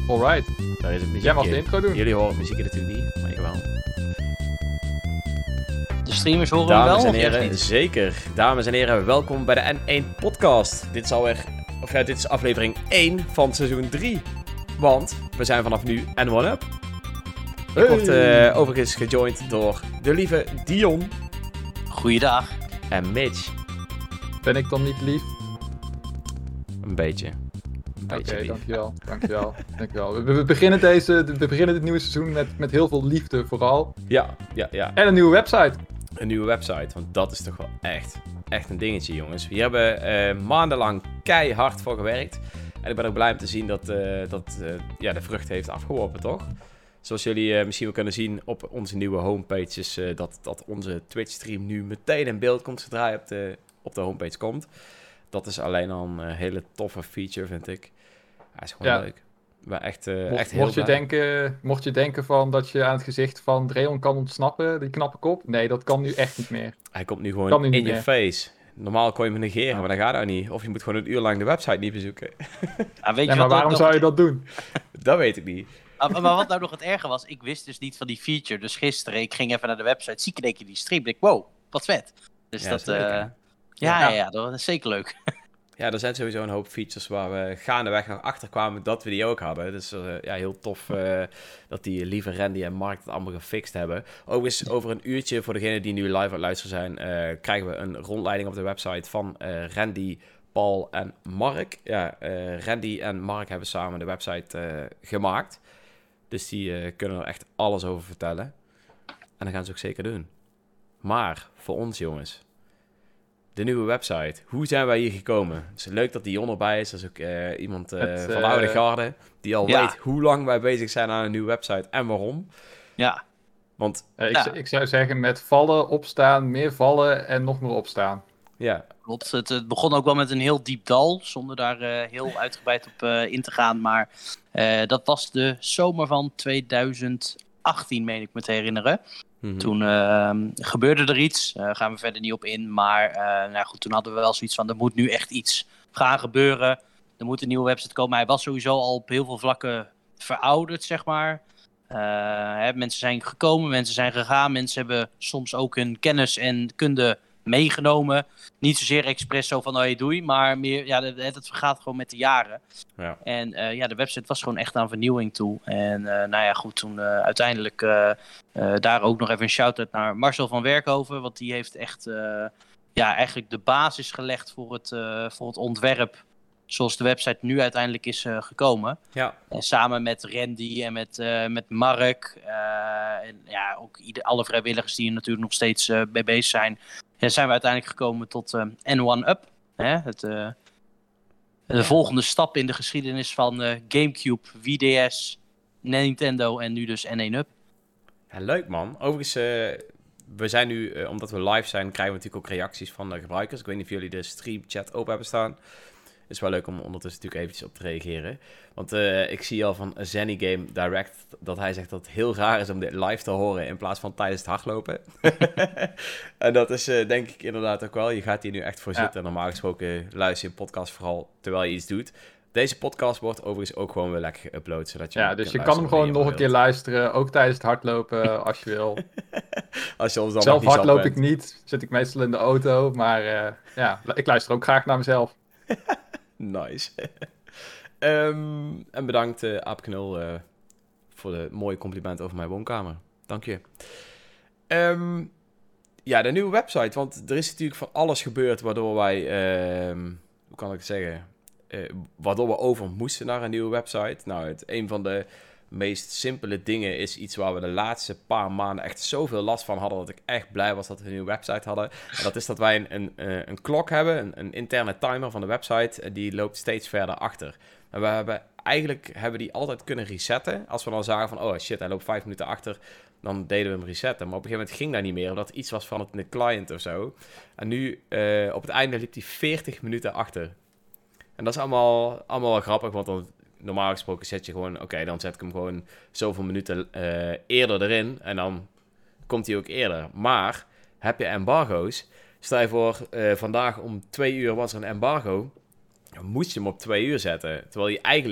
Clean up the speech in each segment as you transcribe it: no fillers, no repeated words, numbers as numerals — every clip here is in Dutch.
Alright. Daar is het muziekje. Jij mag de intro doen. Jullie horen het muziekje natuurlijk niet, maar ik wel. De streamers horen hem wel, Dames en of echt heren, niet? zeker. Dames en heren, welkom bij de N1 podcast. Dit is aflevering 1 van seizoen 3. Want we zijn vanaf nu N1 Up. Ik word overigens gejoind door de lieve Dion Goeiedag. en Mitch. Ben ik dan niet lief? Een beetje. Oké, lief. dankjewel. We beginnen dit nieuwe seizoen met heel veel liefde vooral. Ja. En een nieuwe website. Een nieuwe website, want dat is toch wel echt een dingetje, jongens. Hier hebben we maandenlang keihard voor gewerkt. En ik ben ook blij om te zien dat de vrucht heeft afgeworpen, toch? Zoals jullie misschien wel kunnen zien op onze nieuwe homepage is dat onze Twitch-stream nu meteen in beeld komt zodra je op de homepage komt. Dat is alleen al een hele toffe feature, vind ik. Hij is gewoon leuk. Maar echt heel blij. Mocht je denken van dat je aan het gezicht van Dreon kan ontsnappen, die knappe kop. Nee, dat kan nu echt niet meer. Hij komt nu gewoon in je face. Normaal kon je hem negeren, maar dat gaat nou niet. Of je moet gewoon een uur lang de website niet bezoeken. Maar waarom zou je dat doen? Dat weet ik niet. Maar wat nou nog het erge was, ik wist dus niet van die feature. Dus gisteren, ik ging even naar de website, zie ik in één keer die stream. Ik denk, wow, wat vet. Dus Ja, dat, is leuk, hè? ja, dat is zeker leuk. Ja, er zijn sowieso een hoop features waar we gaandeweg nog achter kwamen dat we die ook hadden. Dus heel tof dat die lieve Randy en Mark het allemaal gefixt hebben. Overigens, over een uurtje, voor degenen die nu live aan het luisteren zijn, krijgen we een rondleiding op de website van Randy, Paul en Mark. Ja, Randy en Mark hebben samen de website gemaakt. Dus die kunnen er echt alles over vertellen. En dat gaan ze ook zeker doen. Maar, voor ons jongens, de nieuwe website. Hoe zijn wij hier gekomen? Het is leuk dat Dion erbij is. Dat is ook iemand van de oude garde die al weet hoe lang wij bezig zijn aan een nieuwe website en waarom. Ja. Want Ik zou zeggen met vallen, opstaan, meer vallen en nog meer opstaan. ja, Klopt, het begon ook wel met een heel diep dal, zonder daar heel uitgebreid op in te gaan. Maar dat was de zomer van 2018, meen ik me te herinneren. Mhm. Toen gebeurde er iets, gaan we verder niet op in. Maar goed, toen hadden we wel zoiets van, er moet nu echt iets gaan gebeuren. Er moet een nieuwe website komen. Hij was sowieso al op heel veel vlakken verouderd, zeg maar. Mensen zijn gekomen, mensen zijn gegaan. Mensen hebben soms ook hun kennis en kunde meegenomen. Niet zozeer expres zo van, doei. Maar meer, dat gaat gewoon met de jaren. Ja. En de website was gewoon echt aan vernieuwing toe. En toen uiteindelijk daar ook nog even een shout-out naar Marcel van Werkhoven. Want die heeft echt eigenlijk de basis gelegd voor het ontwerp. Zoals de website nu uiteindelijk is gekomen. Ja. En samen met Randy en met Mark. Ook alle vrijwilligers die er natuurlijk nog steeds bij bezig zijn. Zijn we uiteindelijk gekomen tot N1 Up. De volgende stap in de geschiedenis van GameCube, VDS, Nintendo en nu dus N1 Up. Ja, leuk man. Overigens, we zijn nu, omdat we live zijn, krijgen we natuurlijk ook reacties van de gebruikers. Ik weet niet of jullie de streamchat open hebben staan. Het is wel leuk om ondertussen natuurlijk eventjes op te reageren. Want ik zie al van Zenny Game Direct dat hij zegt dat het heel raar is om dit live te horen in plaats van tijdens het hardlopen. En dat is denk ik inderdaad ook wel. Je gaat hier nu echt voor zitten. Normaal gesproken luister je een podcast vooral terwijl je iets doet. Deze podcast wordt overigens ook gewoon weer lekker geüpload. Zodat je Dus je kan hem gewoon nog een keer luisteren. Ook tijdens het hardlopen als je wil. Als je ons dan zelf hardloop ik niet. Zit ik meestal in de auto. Maar ik luister ook graag naar mezelf. Nice. En bedankt Aapknul voor de mooie compliment over mijn woonkamer. Dank je. De nieuwe website. Want er is natuurlijk van alles gebeurd waardoor wij... hoe kan ik het zeggen? Waardoor we over moesten naar een nieuwe website. Nou, een van de meest simpele dingen is iets waar we de laatste paar maanden echt zoveel last van hadden, dat ik echt blij was dat we een nieuwe website hadden. En dat is dat wij een klok hebben, een interne timer van de website, die loopt steeds verder achter. En we hebben die altijd kunnen resetten. Als we dan zagen van, oh shit, hij loopt 5 minuten achter, dan deden we hem resetten. Maar op een gegeven moment ging dat niet meer, omdat iets was van de client of zo. En nu, op het einde liep hij 40 minuten achter. En dat is allemaal wel grappig, want dan normaal gesproken zet je gewoon, dan zet ik hem gewoon zoveel minuten eerder erin en dan komt hij ook eerder. Maar heb je embargo's, stel je voor vandaag om 2 uur was er een embargo, dan moest je hem op 2 uur zetten. Terwijl je eigenlijk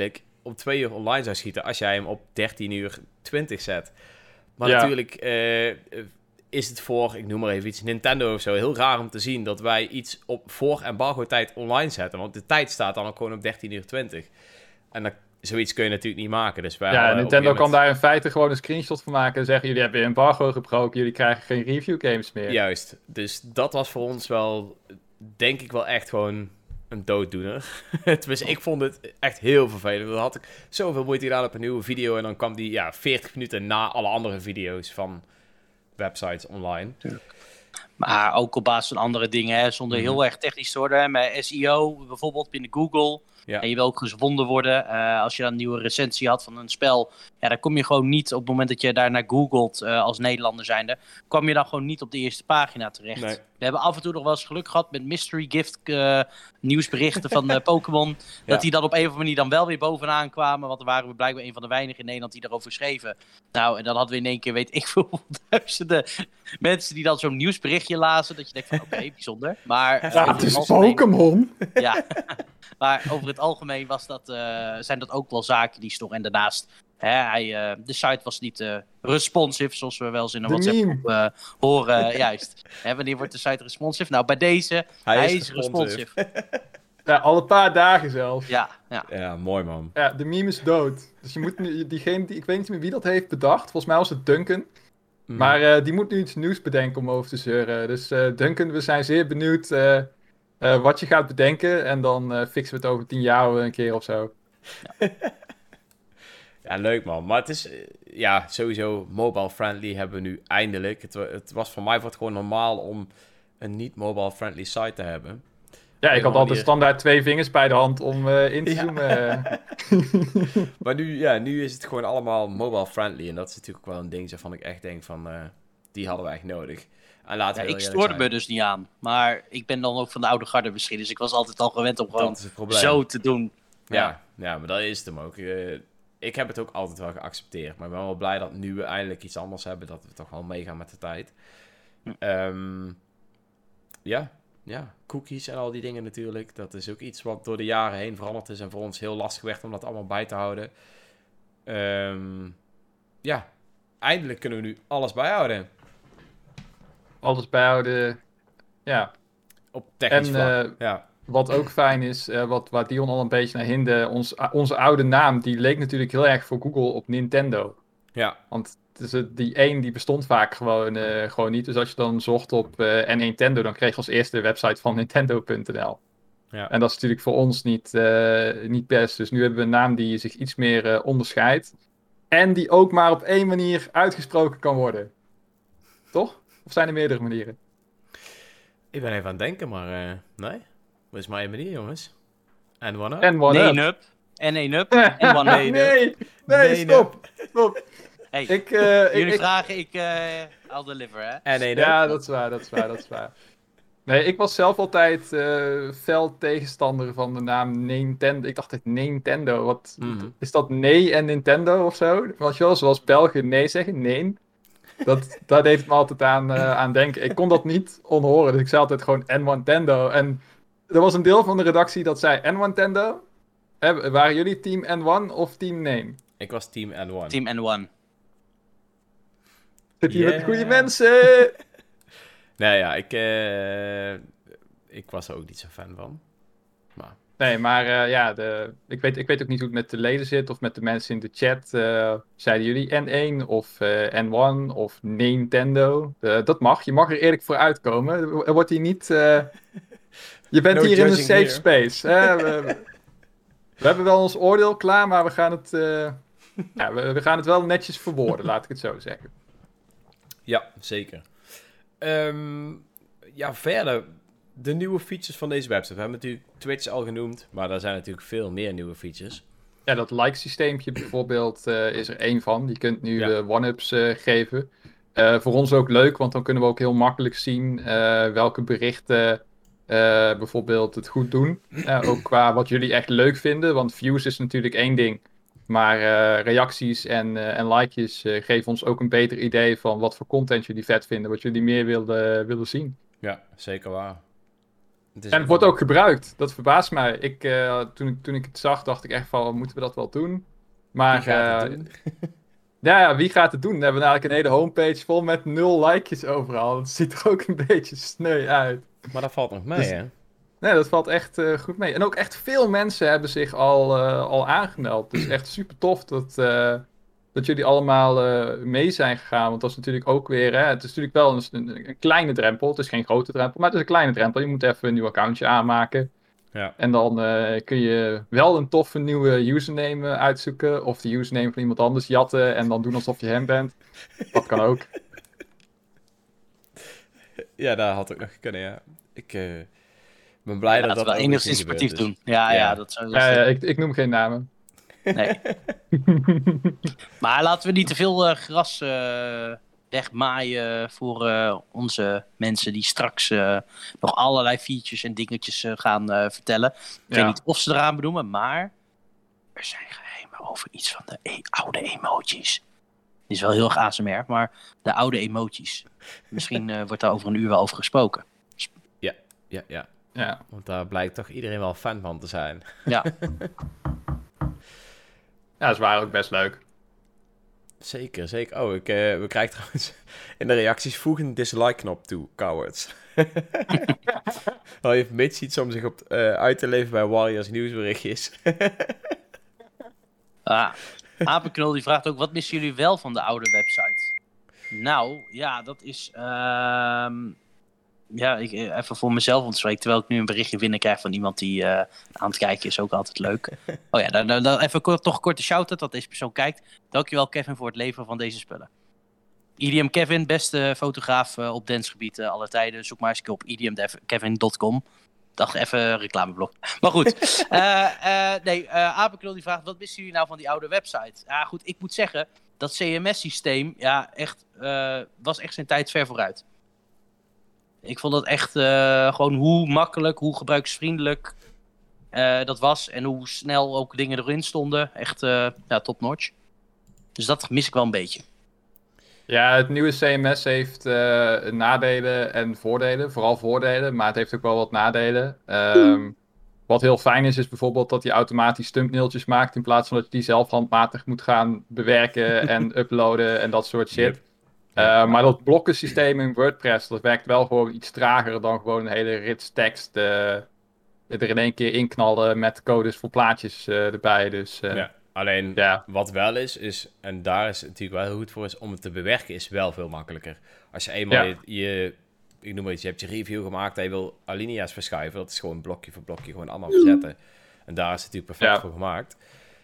om 2 uur online zou schieten als jij hem op 13:20 zet. Maar Ja. natuurlijk is het voor, ik noem maar even iets, Nintendo of zo, heel raar om te zien dat wij iets op voor embargo-tijd online zetten. Want de tijd staat dan ook gewoon op 13:20. En dan, zoiets kun je natuurlijk niet maken. Dus wij hadden op een Nintendo gegeven kan moment- daar in feite gewoon een screenshot van maken en zeggen, jullie hebben embargo gebroken, jullie krijgen geen review games meer. Juist. Dus dat was voor ons wel, denk ik wel echt gewoon een dooddoener. Tenminste, ik vond het echt heel vervelend. Dan had ik zoveel moeite gedaan op een nieuwe video en dan kwam die 40 minuten na alle andere video's van websites online. Maar ook op basis van andere dingen, hè, zonder heel erg technisch te worden. Hè, met SEO bijvoorbeeld binnen Google. Ja. En je wil ook gevonden worden. Als je dan een nieuwe recensie had van een spel. Ja, dan kom je gewoon niet op het moment dat je daarnaar googelt als Nederlander zijnde. Kwam je dan gewoon niet op de eerste pagina terecht. Nee. We hebben af en toe nog wel eens geluk gehad met mystery gift nieuwsberichten van Pokémon. Dat die dan op een of andere manier dan wel weer bovenaan kwamen. Want dan waren we blijkbaar een van de weinigen in Nederland die daarover schreven. Nou, en dan hadden we in één keer, weet ik veel, duizenden mensen die dan zo'n nieuwsberichtje lazen. Dat je denkt van, oké, bijzonder. Maar Ja, over het is algemeen- Pokémon. Ja, maar over het algemeen zijn dat ook wel zaken die storen. En daarnaast, de site was niet responsive, zoals we wel eens in een De WhatsApp meme. horen. Juist. Wanneer wordt de site responsive? Nou, bij deze, hij is responsive. Ja, al een paar dagen zelfs. Ja. Ja, mooi man. Ja, de meme is dood. Dus je moet nu, ik weet niet meer wie dat heeft bedacht. Volgens mij was het Duncan. Mhm. Maar die moet nu iets nieuws bedenken om over te zeuren. Dus Duncan, we zijn zeer benieuwd wat je gaat bedenken. En dan fixen we het over 10 jaar een keer of zo. Ja, leuk man. Maar het is, sowieso mobile-friendly hebben we nu eindelijk. Het was voor mij gewoon normaal om een niet-mobile-friendly site te hebben. Ja, ik een had altijd manier. standaard 2 vingers bij de hand om in te Ja. zoomen. Maar nu is het gewoon allemaal mobile-friendly. En dat is natuurlijk ook wel een ding waarvan ik echt denk van, die hadden we echt nodig. En laten we heel Ik eerlijk stoorde me zijn, dus niet aan. Maar ik ben dan ook van de oude garde misschien. Dus ik was altijd al gewend om gewoon dat is het probleem. zo te doen. Ja, maar dat is het hem ook. Ik heb het ook altijd wel geaccepteerd. Maar ik ben wel blij dat nu we eindelijk iets anders hebben. Dat we toch wel meegaan met de tijd. Cookies en al die dingen natuurlijk. Dat is ook iets wat door de jaren heen veranderd is. En voor ons heel lastig werd om dat allemaal bij te houden. Eindelijk kunnen we nu alles bijhouden. Alles bijhouden. Ja. Op technisch En, vlak. Ja. Wat ook fijn is, waar Dion al een beetje naar hinde, onze oude naam, die leek natuurlijk heel erg voor Google op Nintendo. Ja. Want die 1 die bestond vaak gewoon niet. Dus als je dan zocht op Nintendo, dan kreeg je als eerste de website van Nintendo.nl. Ja. En dat is natuurlijk voor ons niet best. Dus nu hebben we een naam die zich iets meer onderscheidt. En die ook maar op 1 manier uitgesproken kan worden. Toch? Of zijn er meerdere manieren? Ik ben even aan het denken, maar nee. Wat is mijn manier, jongens? En one up. En one Nee, up. up. En 1 up. En one up. Nee, Nee, stop. Hey, Jullie vragen, I'll deliver, hè? En één Ja, up. dat is waar. Nee, ik was zelf altijd fel tegenstander van de naam Nintendo. Ik dacht echt Nintendo. Wat is dat? Nee en Nintendo of zo? Want je wel, zoals Belgen nee zeggen, nee. Daar deed het me altijd aan denken. Ik kon dat niet onhoren, dus ik zei altijd gewoon N-Nintendo. En er was een deel van de redactie dat zei N-Nintendo. Waren jullie team N1 of team Name? Ik was team N1. Team N1. Zit hier met de Yeah. goede mensen? Nee, ja, ik was er ook niet zo fan van. Maar Nee, maar ik weet ook niet hoe het met de leden zit of met de mensen in de chat. Zeiden jullie N1 of N1 of Nintendo? Dat mag. Je mag er eerlijk voor uitkomen. Er wordt hier niet... je bent No hier in een judging safe here. space. We hebben wel ons oordeel klaar, maar we gaan het... we gaan het wel netjes verwoorden, laat ik het zo zeggen. ja, zeker. Verder. De nieuwe features van deze website. We hebben natuurlijk Twitch al genoemd, maar er zijn natuurlijk veel meer nieuwe features. Ja, dat like-systeempje bijvoorbeeld is er één van. Je kunt nu Ja. one-ups geven. Voor ons ook leuk, want dan kunnen we ook heel makkelijk zien welke berichten bijvoorbeeld het goed doen. Ook qua wat jullie echt leuk vinden, want views is natuurlijk één ding. Maar reacties en likejes geven ons ook een beter idee van wat voor content jullie vet vinden, wat jullie meer willen zien. Ja, zeker waar. En het wordt ook gebruikt. Dat verbaast mij. Toen ik het zag, dacht ik echt van, moeten we dat wel doen? Maar Wie gaat het doen? Ja, wie gaat het doen? Dan hebben we eigenlijk een hele homepage vol met 0 likejes overal. Dat ziet er ook een beetje sneu uit. Maar dat valt nog mee, hè? Nee, dat valt echt goed mee. En ook echt veel mensen hebben zich al aangemeld. Dus echt super tof dat jullie allemaal mee zijn gegaan. Want dat is natuurlijk ook weer... Hè, het is natuurlijk wel een kleine drempel. Het is geen grote drempel, maar het is een kleine drempel. Je moet even een nieuw accountje aanmaken. Ja. En dan kun je wel een toffe nieuwe username uitzoeken. Of de username van iemand anders jatten en dan doen alsof je hem bent. Dat kan ook. Ja, dat had ook nog kunnen, ja. Ik ben blij dat dat wel ook enigszins niet sportief gebeurd is. doen. Ja, dat zou... Ik noem geen namen. Nee. Maar laten we niet te veel gras wegmaaien voor onze mensen die straks nog allerlei features en dingetjes gaan vertellen. Ik weet niet of ze eraan benoemen, maar er zijn geheimen over iets van de oude emojis. Het is wel heel erg ASMR, maar de oude emojis. Misschien wordt daar over een uur wel over gesproken. Ja. Want daar blijkt toch iedereen wel fan van te zijn. Ja. Ja, ze waren ook best leuk. Zeker. Oh, we krijgen trouwens in de reacties voeg een dislike-knop toe, cowards. Al heeft Mitch iets om zich uit te leven bij Warriors nieuwsberichtjes. Apenknol die vraagt ook, wat missen jullie wel van de oude website? Nou, ja, dat is... even voor mezelf ontspreken, terwijl ik nu een berichtje binnenkrijg van iemand die aan het kijken is, ook altijd leuk. Oh ja, dan even toch een korte shout-out dat deze persoon kijkt. Dankjewel Kevin voor het leveren van deze spullen. EDM Kevin, beste fotograaf op dancegebied aller tijden. Zoek maar eens op edmkevin.com. Dacht even reclameblok. Maar goed. Apenknol die vraagt, wat missen jullie nou van die oude website? Ja goed, ik moet zeggen, dat CMS-systeem, was echt zijn tijd ver vooruit. Ik vond dat echt gewoon hoe makkelijk, hoe gebruiksvriendelijk dat was. En hoe snel ook dingen erin stonden. Echt top notch. Dus dat mis ik wel een beetje. Ja, het nieuwe CMS heeft nadelen en voordelen. Vooral voordelen, maar het heeft ook wel wat nadelen. Wat heel fijn is bijvoorbeeld dat hij automatisch thumbnailtjes maakt. In plaats van dat je die zelf handmatig moet gaan bewerken en uploaden en dat soort shit. Maar dat blokkensysteem in WordPress, dat werkt wel gewoon iets trager dan gewoon een hele rits tekst er in één keer inknallen met codes voor plaatjes erbij. Dus, alleen wat wel is, en daar is het natuurlijk wel heel goed voor, is om het te bewerken is wel veel makkelijker. Als je eenmaal ik noem maar iets, je hebt je review gemaakt en je wil alinea's verschuiven, dat is gewoon blokje voor blokje gewoon allemaal verzetten. En daar is het natuurlijk perfect voor gemaakt.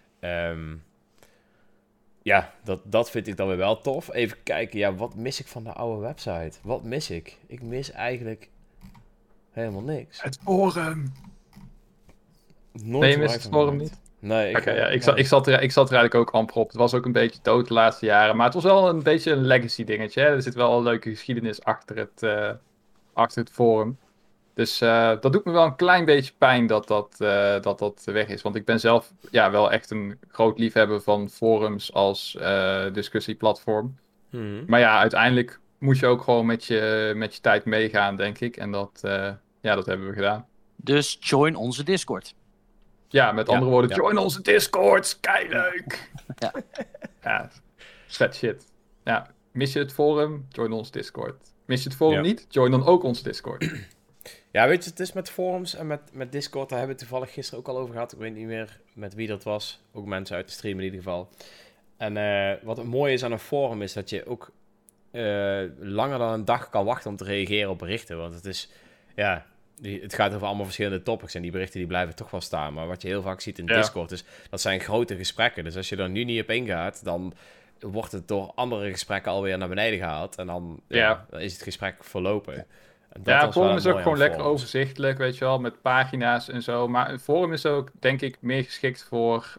Dat vind ik dan weer wel tof. Even kijken, wat mis ik van de oude website? Wat mis ik? Ik mis eigenlijk helemaal niks. Het forum. Nooit je mist het forum niet? Nee. Ik zat er eigenlijk ook amper op. Het was ook een beetje dood de laatste jaren. Maar het was wel een beetje een legacy dingetje. Hè? Er zit wel een leuke geschiedenis achter het forum. Dus dat doet me wel een klein beetje pijn dat weg is. Want ik ben zelf wel echt een groot liefhebber van forums als discussieplatform. Maar uiteindelijk moet je ook gewoon met je tijd meegaan, denk ik. En dat hebben we gedaan. Dus join onze Discord. Ja, met andere woorden, join onze Discord. Keileuk! Ja, vet shit. Ja, mis je het forum? Join ons Discord. Mis je het forum niet? Join dan ook ons Discord. Ja, weet je, het is met forums en met Discord, daar hebben we het toevallig gisteren ook al over gehad. Ik weet niet meer met wie dat was. Ook mensen uit de stream in ieder geval. En wat het mooie is aan een forum is dat je ook langer dan een dag kan wachten om te reageren op berichten. Want het is, het gaat over allemaal verschillende topics en die berichten die blijven toch wel staan. Maar wat je heel vaak ziet in Discord is, dat zijn grote gesprekken. Dus als je er nu niet op ingaat, dan wordt het door andere gesprekken alweer naar beneden gehaald. En dan is het gesprek verlopen. Het forum is ook gewoon lekker overzichtelijk, weet je wel, met pagina's en zo. Maar een forum is ook, denk ik, meer geschikt voor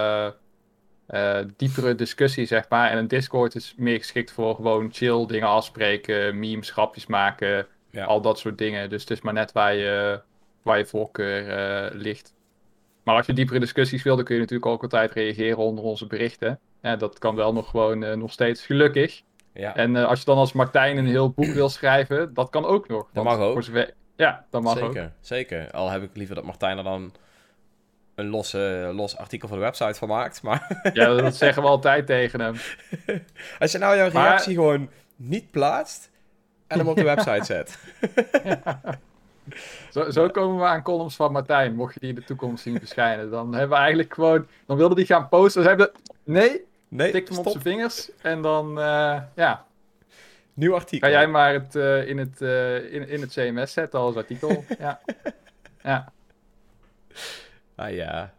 diepere discussie, zeg maar. En een Discord is meer geschikt voor gewoon chill dingen afspreken, memes, grapjes maken, al dat soort dingen. Dus het is maar net waar je voorkeur ligt. Maar als je diepere discussies wil, dan kun je natuurlijk ook altijd reageren onder onze berichten. Ja, dat kan wel nog gewoon nog steeds, gelukkig. Ja. En als je dan als Martijn een heel boek wil schrijven, dat kan ook nog. Dat mag ook. Ja, dat mag ook. Zeker. Al heb ik liever dat Martijn er dan een los artikel voor de website van maakt. Maar Ja, dat zeggen we altijd tegen hem. als je nou jouw reactie gewoon niet plaatst en hem op de website zet. Zo komen we aan columns van Martijn, mocht je die in de toekomst zien verschijnen. Dan hebben we eigenlijk gewoon... Dan wilden die gaan posten. Ze hebben... Nee, tikt hem op zijn vingers. En dan, Nieuw artikel. Ga jij maar het in het CMS zetten als artikel. Ja. Ah ja.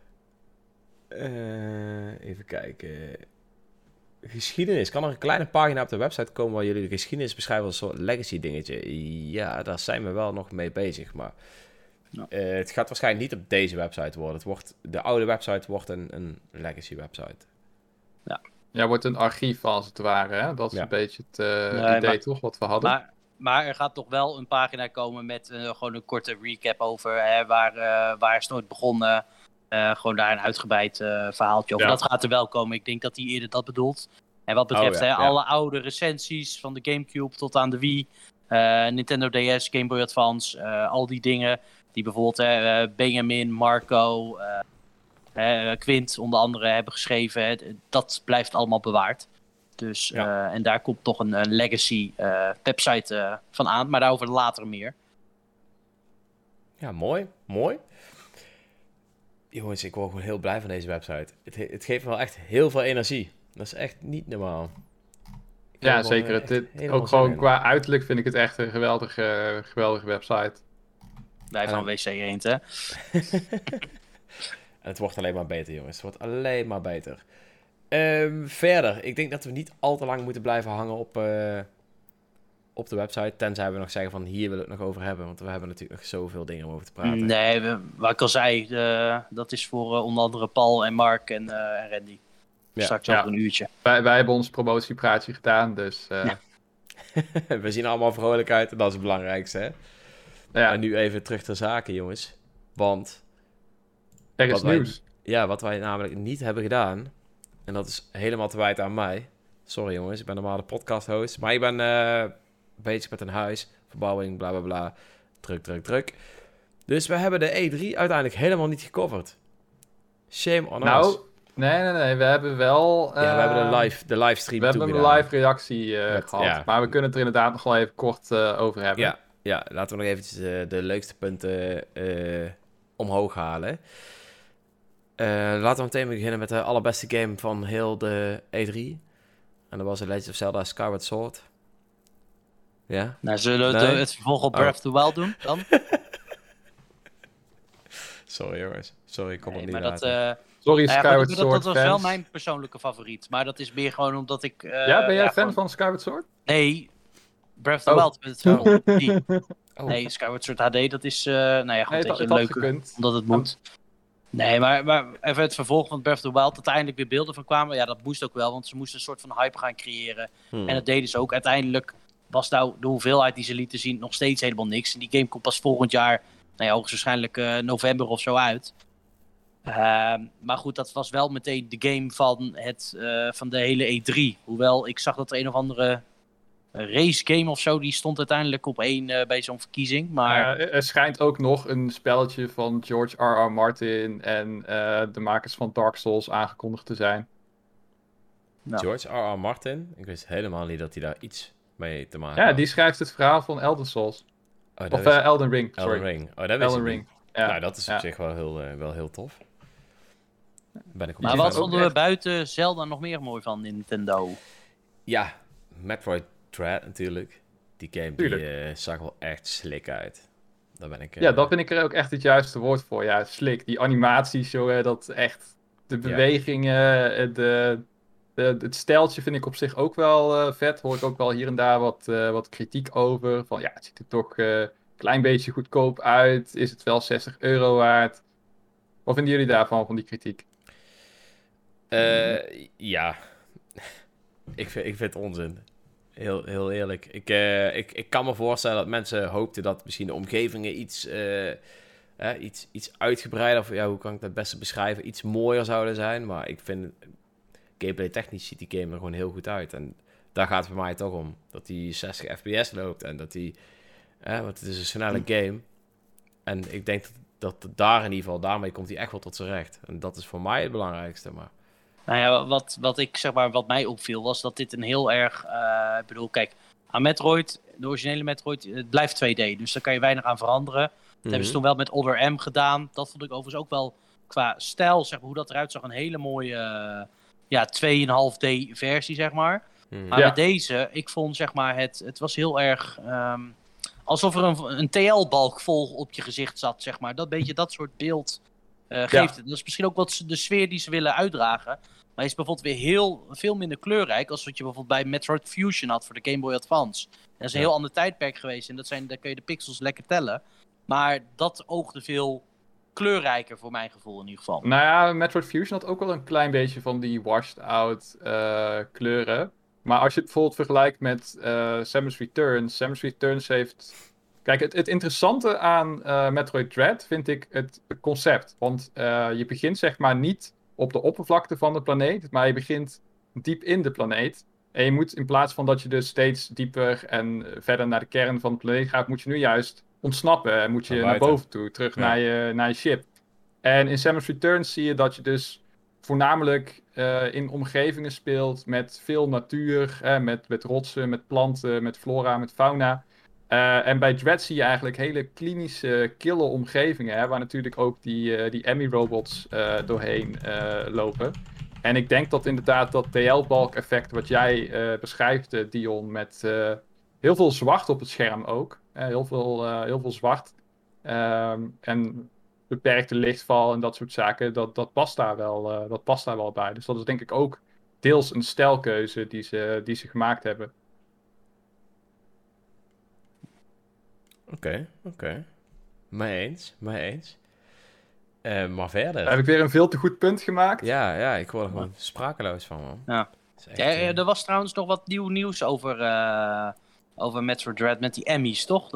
Even kijken. Geschiedenis. Kan er een kleine pagina op de website komen waar jullie de geschiedenis beschrijven als een soort legacy dingetje? Ja, daar zijn we wel nog mee bezig. Maar het gaat waarschijnlijk niet op deze website worden. De oude website wordt een legacy website. Ja, wordt een archief als het ware. Hè? Dat is een beetje het idee toch wat we hadden. Maar er gaat toch wel een pagina komen met gewoon een korte recap over waar is het nooit begonnen. Gewoon daar een uitgebreid verhaaltje over. Ja. Dat gaat er wel komen. Ik denk dat hij eerder dat bedoelt. En wat betreft alle oude recensies van de Gamecube tot aan de Wii, Nintendo DS, Game Boy Advance, al die dingen die bijvoorbeeld Benjamin, Marco, Quint onder andere hebben geschreven. Dat blijft allemaal bewaard. Dus, en daar komt toch een legacy website van aan, maar daarover later meer. Ja, mooi. Jongens, ik word gewoon heel blij van deze website. Het geeft me wel echt heel veel energie. Dat is echt niet normaal. Ja, zeker. Ook gewoon qua uiterlijk vind ik het echt een geweldige website. Wij van WC Eend, hè? En het wordt alleen maar beter, jongens. Het wordt alleen maar beter. Verder, ik denk dat we niet al te lang moeten blijven hangen op de website. Tenzij we nog zeggen van hier wil ik het nog over hebben. Want we hebben natuurlijk nog zoveel dingen om over te praten. Nee, wat ik al zei, dat is voor onder andere Paul en Mark en Randy. Straks over een uurtje. Wij hebben ons promotiepraatje gedaan, dus... We zien allemaal vrolijkheid en dat is het belangrijkste, hè? Ja. En nu even terug ter zaken, jongens. Want... Er is nieuws. Wat wij namelijk niet hebben gedaan... En dat is helemaal te wijten aan mij. Sorry jongens, ik ben normaal de podcast host. Maar ik ben bezig met een huis. Verbouwing, bla bla bla. Druk. Dus we hebben de E3 uiteindelijk helemaal niet gecoverd. Shame on us. Nee. We hebben wel... we hebben de livestream We hebben een live reactie gehad. Ja. Maar we kunnen het er inderdaad nog wel even kort over hebben. Ja, laten we nog eventjes de leukste punten omhoog halen. Laten we meteen beginnen met de allerbeste game van heel de E3. En dat was The Legend of Zelda Skyward Sword. Ja? Nou, zullen we het vervolg op Breath of the Wild doen dan? Sorry jongens. Sorry, ik kom er niet uit. Sorry, Skyward Sword dat was wel mijn persoonlijke favoriet. Maar dat is meer gewoon omdat ik... ben jij fan van Skyward Sword? Nee, Breath of the Wild met het verhaal. Nee, Skyward Sword HD, dat is... het leuk, omdat het moet. Nee, maar even het vervolg van Breath of the Wild, uiteindelijk weer beelden van kwamen. Ja, dat moest ook wel, want ze moesten een soort van hype gaan creëren. En dat deden ze ook. Uiteindelijk was nou de hoeveelheid die ze lieten zien nog steeds helemaal niks. En die game komt pas volgend jaar, hoogstwaarschijnlijk november of zo uit. Maar goed, dat was wel meteen de game van de hele E3. Hoewel, ik zag dat er een of andere race game of zo, die stond uiteindelijk op 1 bij zo'n verkiezing. Maar... er schijnt ook nog een spelletje van George R.R. Martin en de makers van Dark Souls aangekondigd te zijn. Nou. George R.R. Martin? Ik wist helemaal niet dat hij daar iets mee te maken had. Ja, die schrijft het verhaal van Elden Souls. Of Elden Ring, sorry. Elden Ring. Oh, dat Elden Ring. Ja. Nou, dat is op zich wel heel tof. Maar wat vonden we buiten Zelda nog meer mooi van Nintendo? Ja, Metroid Dread natuurlijk. Die game die zag wel echt slick uit. Daar ben ik... dat vind ik er ook echt het juiste woord voor. Ja, slick. Die animaties, joh, dat echt... De bewegingen, het stijltje vind ik op zich ook wel vet. Hoor ik ook wel hier en daar wat kritiek over. Van ja, het ziet er toch een klein beetje goedkoop uit. Is het wel €60 waard? Wat vinden jullie daarvan, van die kritiek? Ja, ik vind het onzin. Heel eerlijk. Ik kan me voorstellen dat mensen hoopten dat misschien de omgevingen iets uitgebreider, of hoe kan ik dat het beste beschrijven, iets mooier zouden zijn. Maar ik vind, gameplay technisch ziet die game er gewoon heel goed uit. En daar gaat het voor mij toch om. Dat die 60 fps loopt en dat die Want het is een snelle game. En ik denk dat daar in ieder geval, daarmee komt hij echt wel tot zijn recht. En dat is voor mij het belangrijkste. Maar... Nou ja, wat mij opviel was dat dit een heel erg... ik bedoel, kijk, aan Metroid, de originele Metroid, het blijft 2D. Dus daar kan je weinig aan veranderen. Dat hebben ze toen wel met Other M gedaan. Dat vond ik overigens ook wel qua stijl, zeg maar, hoe dat eruit zag, een hele mooie 2,5D versie, zeg maar. Maar met deze, ik vond, zeg maar, het was heel erg... alsof er een TL-balk vol op je gezicht zat, zeg maar. Dat soort beeld geeft het. Dat is misschien ook wat de sfeer die ze willen uitdragen. Maar is bijvoorbeeld weer veel minder kleurrijk als wat je bijvoorbeeld bij Metroid Fusion had voor de Game Boy Advance. Dat is een heel ander tijdperk geweest en daar kun je de pixels lekker tellen. Maar dat oogde veel kleurrijker voor mijn gevoel in ieder geval. Nou ja, Metroid Fusion had ook wel een klein beetje van die washed out kleuren. Maar als je het bijvoorbeeld vergelijkt met Samus Returns. Samus Returns heeft... Kijk, het interessante aan Metroid Dread vind ik het concept. Want je begint zeg maar niet op de oppervlakte van de planeet, maar je begint diep in de planeet. En je moet in plaats van dat je dus steeds dieper en verder naar de kern van de planeet gaat, moet je nu juist ontsnappen. En moet je naar boven toe, terug naar je ship. En in Samus Returns zie je dat je dus voornamelijk in omgevingen speelt met veel natuur, met rotsen, met planten, met flora, met fauna. En bij Dread zie je eigenlijk hele klinische, kille omgevingen, waar natuurlijk ook die Emmy-robots doorheen lopen. En ik denk dat inderdaad dat TL-balk effect wat jij beschrijft, Dion, met heel veel zwart op het scherm ook. Heel veel zwart. En beperkte lichtval en dat soort zaken, dat past daar wel bij. Dus dat is denk ik ook deels een stijlkeuze die ze gemaakt hebben. Oké. Mij eens. Maar verder... Heb ik weer een veel te goed punt gemaakt? Ja, ik word er gewoon sprakeloos van, man. Ja. Er was trouwens nog wat nieuw nieuws over Metroid Dread met die Emmys, toch?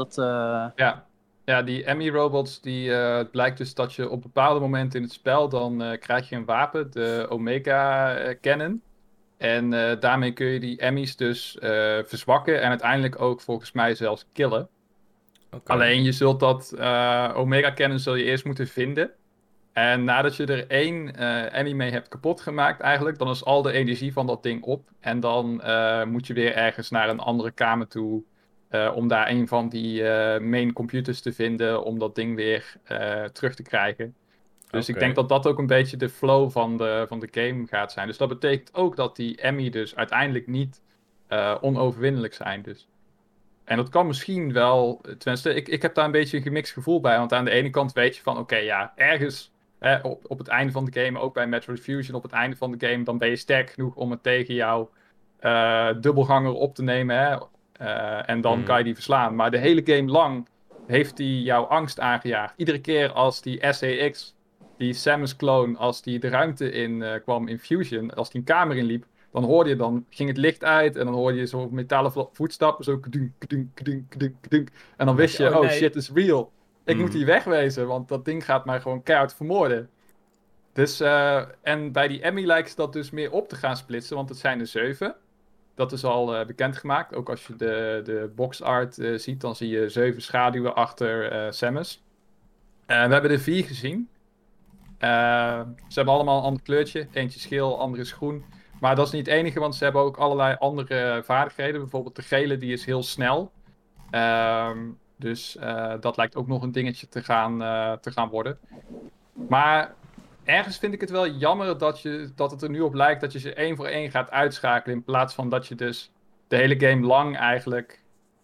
Ja, die Emmy-robots, het blijkt dus dat je op bepaalde momenten in het spel, dan krijg je een wapen, de Omega Cannon. En daarmee kun je die Emmys dus verzwakken en uiteindelijk ook volgens mij zelfs killen. Okay. Alleen je zult dat Omega Cannon zul je eerst moeten vinden. En nadat je er 1 Emmy mee hebt kapot gemaakt eigenlijk, dan is al de energie van dat ding op. En dan moet je weer ergens naar een andere kamer toe om daar een van die main computers te vinden om dat ding weer terug te krijgen. Dus ik denk dat dat ook een beetje de flow van de game gaat zijn. Dus dat betekent ook dat die Emmy dus uiteindelijk niet onoverwinnelijk zijn. Dus. En dat kan misschien wel, tenminste, ik heb daar een beetje een gemixt gevoel bij. Want aan de ene kant weet je van, oké, ergens op het einde van de game, ook bij Metroid Fusion, op het einde van de game, dan ben je sterk genoeg om het tegen jouw dubbelganger op te nemen. Hè? En dan kan je die verslaan. Maar de hele game lang heeft die jouw angst aangejaagd. Iedere keer als die SAX, die Samus-clone, als die de ruimte in kwam in Fusion, als die een kamer inliep, dan ging het licht uit en dan hoorde je zo metalen voetstappen, zo kedunk, kedunk, kedunk, kedunk, kedunk. En dan wist je, shit is real. Ik moet hier wegwezen, want dat ding gaat mij gewoon keihard vermoorden. Dus, en bij die Emmy lijkt dat dus meer op te gaan splitsen, want het zijn er 7. Dat is al bekendgemaakt. Ook als je de boxart ziet, dan zie je 7 schaduwen achter Samus. We hebben er 4 gezien. Ze hebben allemaal een ander kleurtje. Eentje is geel, andere is groen. Maar dat is niet het enige, want ze hebben ook allerlei andere vaardigheden. Bijvoorbeeld de gele, die is heel snel. Dus dat lijkt ook nog een dingetje te gaan worden. Maar ergens vind ik het wel jammer dat het er nu op lijkt dat je ze 1 voor 1 gaat uitschakelen. In plaats van dat je dus de hele game lang eigenlijk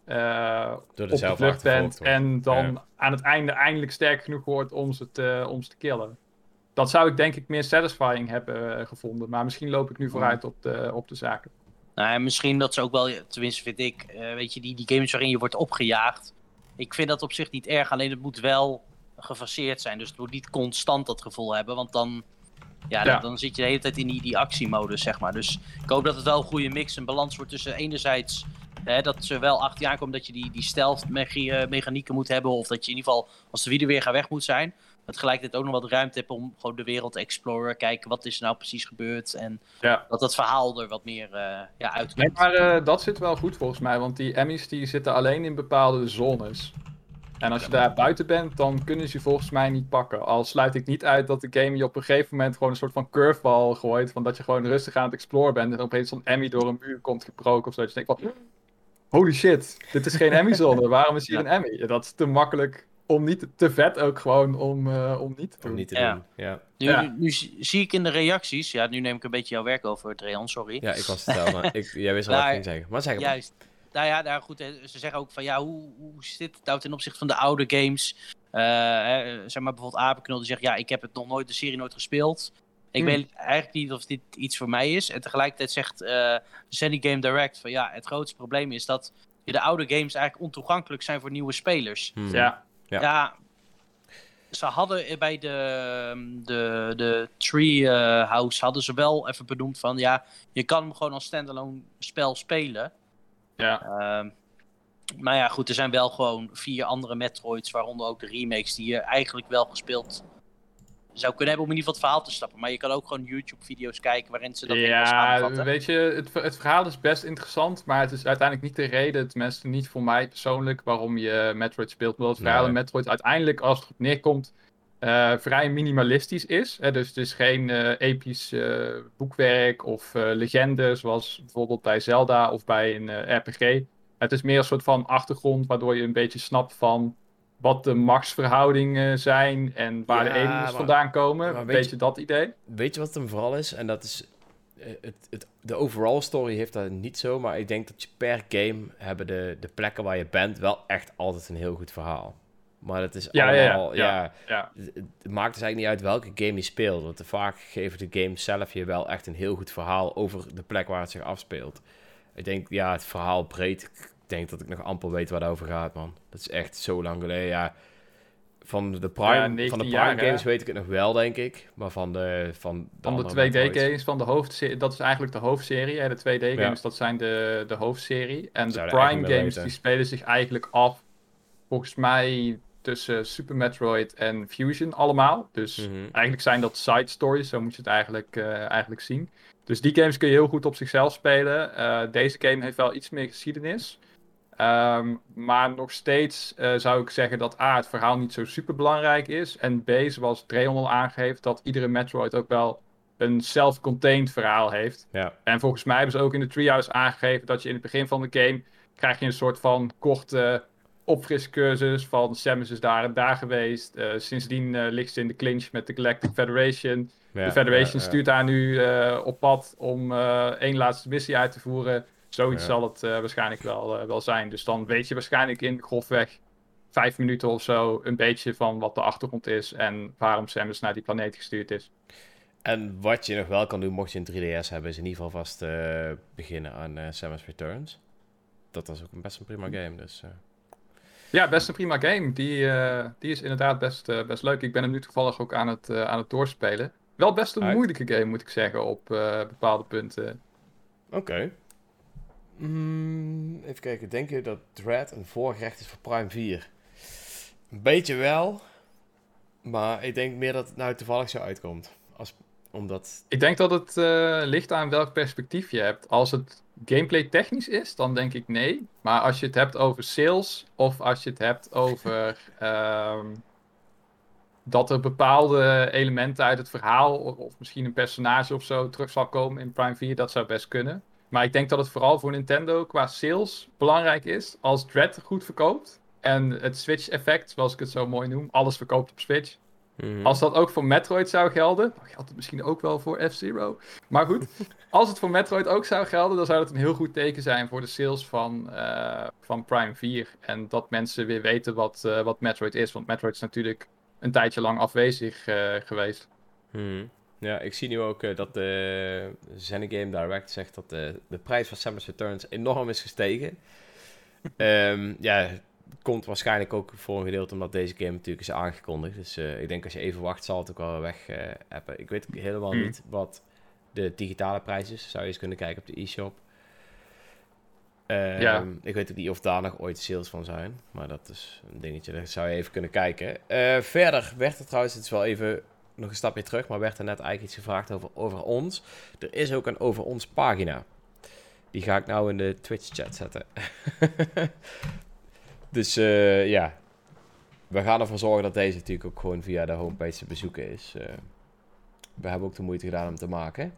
op de vlucht bent. En dan aan het einde eindelijk sterk genoeg wordt om ze te killen. Dat zou ik denk ik meer satisfying hebben gevonden. Maar misschien loop ik nu vooruit op de zaken. Nou, en misschien dat ze ook wel, tenminste vind ik, weet je, die games waarin je wordt opgejaagd. Ik vind dat op zich niet erg, alleen het moet wel gefaseerd zijn. Dus het moet niet constant dat gevoel hebben, want dan zit je de hele tijd in die actiemodus, zeg maar. Dus ik hoop dat het wel een goede mix en balans wordt tussen enerzijds dat ze wel achter je aankomen dat je die stealth mechanieken moet hebben. Of dat je in ieder geval, als de wieder weer weg moet zijn. tegelijkertijd ook nog wat ruimte hebt om gewoon de wereld te exploren. Kijken, wat is er nou precies gebeurd? En Ja. dat het verhaal er wat meer uitkomt. Nee, maar dat zit wel goed volgens mij, want die Emmys die zitten alleen in bepaalde zones. En als je daar buiten bent, dan kunnen ze je volgens mij niet pakken. Al sluit ik niet uit dat de game je op een gegeven moment gewoon een soort van curveball gooit. Van dat je gewoon rustig aan het exploren bent en opeens zo'n Emmy door een muur komt gebroken of zo. Dat je denkt van, holy shit, dit is geen Emmy-zone. Waarom is hier een Emmy? Ja, dat is te makkelijk om niet, te vet ook gewoon om niet te doen. Om niet te doen, ja. Nu zie ik in de reacties, nu neem ik een beetje jouw werk over, Drean, sorry. Ja, ik was het wel, maar jij wist al wat ik ging zeggen. Maar zeg maar. Juist. Nou ja, goed, ze zeggen ook van hoe zit het nou ten opzichte van de oude games? Zeg maar bijvoorbeeld Apenknul die zegt, ik heb het nog nooit, de serie nooit gespeeld. Ik weet eigenlijk niet of dit iets voor mij is. En tegelijkertijd zegt Zenny Game Direct van het grootste probleem is dat de oude games eigenlijk ontoegankelijk zijn voor nieuwe spelers. Ja, ze hadden bij de Treehouse hadden ze wel even benoemd van je kan hem gewoon als standalone spel spelen. Ja. Maar ja, goed, er zijn wel gewoon 4 andere Metroids, waaronder ook de remakes, die je eigenlijk wel gespeeld zou kunnen hebben om in ieder geval het verhaal te snappen. Maar je kan ook gewoon YouTube-video's kijken waarin ze dat helemaal samenvatten. Weet je, het verhaal is best interessant, maar het is uiteindelijk niet de reden, tenminste niet voor mij persoonlijk, waarom je Metroid speelt. Omdat het verhaal in Metroid uiteindelijk, als het neerkomt, vrij minimalistisch is. Dus het is geen episch boekwerk of legende, zoals bijvoorbeeld bij Zelda of bij een RPG. Het is meer een soort van achtergrond, waardoor je een beetje snapt van wat de machtsverhoudingen zijn en waar de aliens vandaan komen. Een beetje dat idee. Weet je wat het hem vooral is? En dat is... de overall story heeft dat niet zo, maar ik denk dat je per game hebben de plekken waar je bent wel echt altijd een heel goed verhaal. Maar het is allemaal... Het maakt dus eigenlijk niet uit welke game je speelt. Want vaak geven de games zelf je wel echt een heel goed verhaal over de plek waar het zich afspeelt. Ik denk, het verhaal breed... Ik denk dat ik nog amper weet waar het over gaat, man. Dat is echt zo lang geleden. Van de Prime games weet ik het nog wel, denk ik. Maar van de 2D-games, van de hoofdserie... Dat is eigenlijk de hoofdserie. De 2D-games, dat zijn de hoofdserie. En de Prime games, die spelen zich eigenlijk af... Volgens mij tussen Super Metroid en Fusion allemaal. Dus eigenlijk zijn dat side stories. Zo moet je het eigenlijk zien. Dus die games kun je heel goed op zichzelf spelen. Deze game heeft wel iets meer geschiedenis. Maar nog steeds zou ik zeggen dat het verhaal niet zo super belangrijk is. En B, zoals Dreon al aangeeft, dat iedere Metroid ook wel een self-contained verhaal heeft. Ja. En volgens mij hebben ze ook in de Treehouse aangegeven dat je in het begin van de game krijg je een soort van korte opfriscursus van Samus is daar en daar geweest. Sindsdien ligt ze in de clinch met de Galactic Federation. Ja, de Federation stuurt haar nu op pad om één laatste missie uit te voeren. Zoiets zal het waarschijnlijk wel zijn. Dus dan weet je waarschijnlijk in grofweg 5 minuten of zo een beetje van wat de achtergrond is en waarom Samus naar die planeet gestuurd is. En wat je nog wel kan doen, mocht je een 3DS hebben, is in ieder geval vast beginnen aan Samus Returns. Dat was ook best een prima game, dus... Ja, best een prima game. Die is inderdaad best leuk. Ik ben hem nu toevallig ook aan het doorspelen. Wel best een moeilijke game, moet ik zeggen, op bepaalde punten. Oké. Even kijken, denk je dat Dread een voorgerecht is voor Prime 4? Een beetje wel, maar ik denk meer dat het nou toevallig zo uitkomt. Omdat... Ik denk dat het ligt aan welk perspectief je hebt. Als het gameplay technisch is, dan denk ik nee. Maar als je het hebt over sales, of als je het hebt over dat er bepaalde elementen uit het verhaal, of misschien een personage of zo, terug zal komen in Prime 4, dat zou best kunnen. Maar ik denk dat het vooral voor Nintendo qua sales belangrijk is. Als Dread goed verkoopt en het Switch-effect, zoals ik het zo mooi noem, alles verkoopt op Switch. Als dat ook voor Metroid zou gelden, dan geldt het misschien ook wel voor F-Zero. Maar goed, als het voor Metroid ook zou gelden, dan zou dat een heel goed teken zijn voor de sales van Prime 4. En dat mensen weer weten wat Metroid is. Want Metroid is natuurlijk een tijdje lang afwezig geweest. Ja, ik zie nu ook dat de Zenigame Direct zegt dat de prijs van Samus Returns enorm is gestegen. Komt waarschijnlijk ook voor een gedeelte omdat deze game natuurlijk is aangekondigd. Dus ik denk als je even wacht zal het ook wel weg appen. Ik weet helemaal niet wat de digitale prijs is. Zou je eens kunnen kijken op de e-shop. Ik weet ook niet of daar nog ooit sales van zijn. Maar dat is een dingetje, daar zou je even kunnen kijken. Verder werd er trouwens, het is wel even nog een stapje terug, maar werd er net eigenlijk iets gevraagd over ons. Er is ook een over ons pagina. Die ga ik nou in de Twitch chat zetten. Dus ja, we gaan ervoor zorgen dat deze natuurlijk ook gewoon via de homepage te bezoeken is. We hebben ook de moeite gedaan om te maken.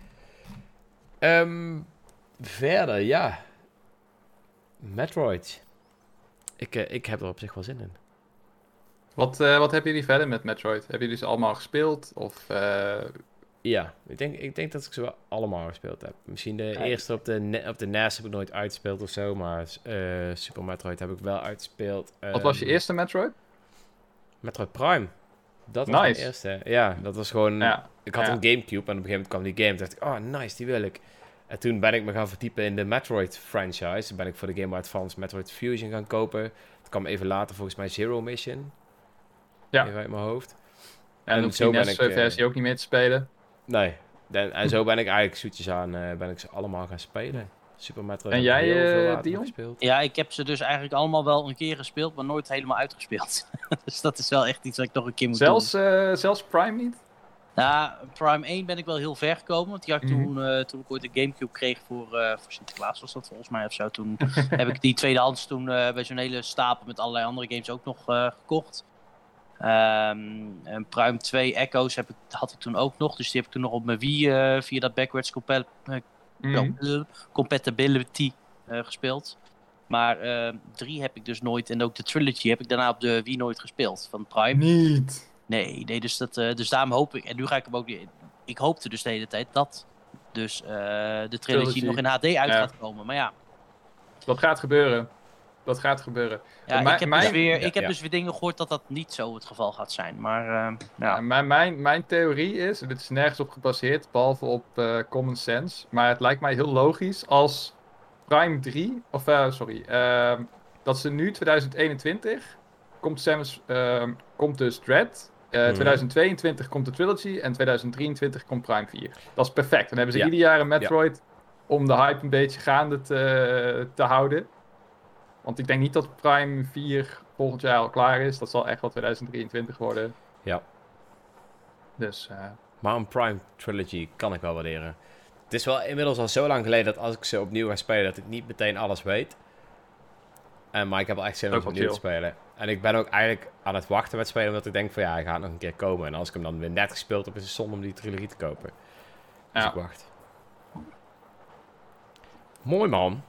Verder, ja. Metroid. Ik heb er op zich wel zin in. Wat hebben jullie verder met Metroid? Hebben jullie ze allemaal gespeeld? Of, Ja, ik denk dat ik ze wel allemaal gespeeld heb. Misschien de eerste op de NES heb ik nooit uitgespeeld of zo, maar Super Metroid heb ik wel uitgespeeld. Wat was je eerste Metroid? Metroid Prime. Dat was mijn eerste. Ja, dat was gewoon... Ja. Ik had een Gamecube en op een gegeven moment kwam die game. Dacht ik, oh nice, die wil ik. En toen ben ik me gaan verdiepen in de Metroid franchise. Toen ben ik voor de Game Boy Advance Metroid Fusion gaan kopen. Het kwam even later volgens mij Zero Mission. Ja. Even uit mijn hoofd. En op die NES-versie ook niet meer te spelen? Nee. En zo ben ik eigenlijk zoetjes aan ben ik ze allemaal gaan spelen. Super Metroid. En jij, Dion? Gespeeld. Ja, ik heb ze dus eigenlijk allemaal wel een keer gespeeld, maar nooit helemaal uitgespeeld. Dus dat is wel echt iets wat ik nog een keer moet doen. Zelfs Prime niet? Nou, Prime 1 ben ik wel heel ver gekomen. Want die had ik toen ik ooit een Gamecube kreeg voor Sinterklaas was dat volgens mij of zo. Toen heb ik die tweedehands bij zo'n hele stapel met allerlei andere games ook nog gekocht. En Prime 2 Echo's had ik toen ook nog. Dus die heb ik toen nog op mijn Wii via dat backwards compatibility gespeeld. Maar 3 heb ik dus nooit. En ook de Trilogy heb ik daarna op de Wii nooit gespeeld. Van Prime. Niet? Nee, dus daarom hoop ik. En nu ga ik hem ook. Ik hoopte dus de hele tijd dat dus de Trilogy nog in HD uit gaat komen. Maar ja. Dat gaat gebeuren. Ja, ik heb dus weer dingen gehoord dat dat niet zo het geval gaat zijn. Maar ja. Mijn theorie is, en dit is nergens op gebaseerd, behalve op common sense. Maar het lijkt mij heel logisch als Prime 3, dat ze nu 2021 komt dus Dread. 2022 komt de Trilogy en 2023 komt Prime 4. Dat is perfect. Dan hebben ze ieder jaar een Metroid om de hype een beetje gaande te houden. Want ik denk niet dat Prime 4 volgend jaar al klaar is. Dat zal echt wel 2023 worden. Ja. Dus, maar een Prime Trilogy kan ik wel waarderen. Het is wel inmiddels al zo lang geleden dat als ik ze opnieuw ga spelen, dat ik niet meteen alles weet. Maar ik heb wel echt zin om opnieuw te spelen. En ik ben ook eigenlijk aan het wachten met spelen, omdat ik denk van hij gaat nog een keer komen. En als ik hem dan weer net gespeeld heb, is het zonde om die trilogie te kopen. Dus ik wacht. Mooi man.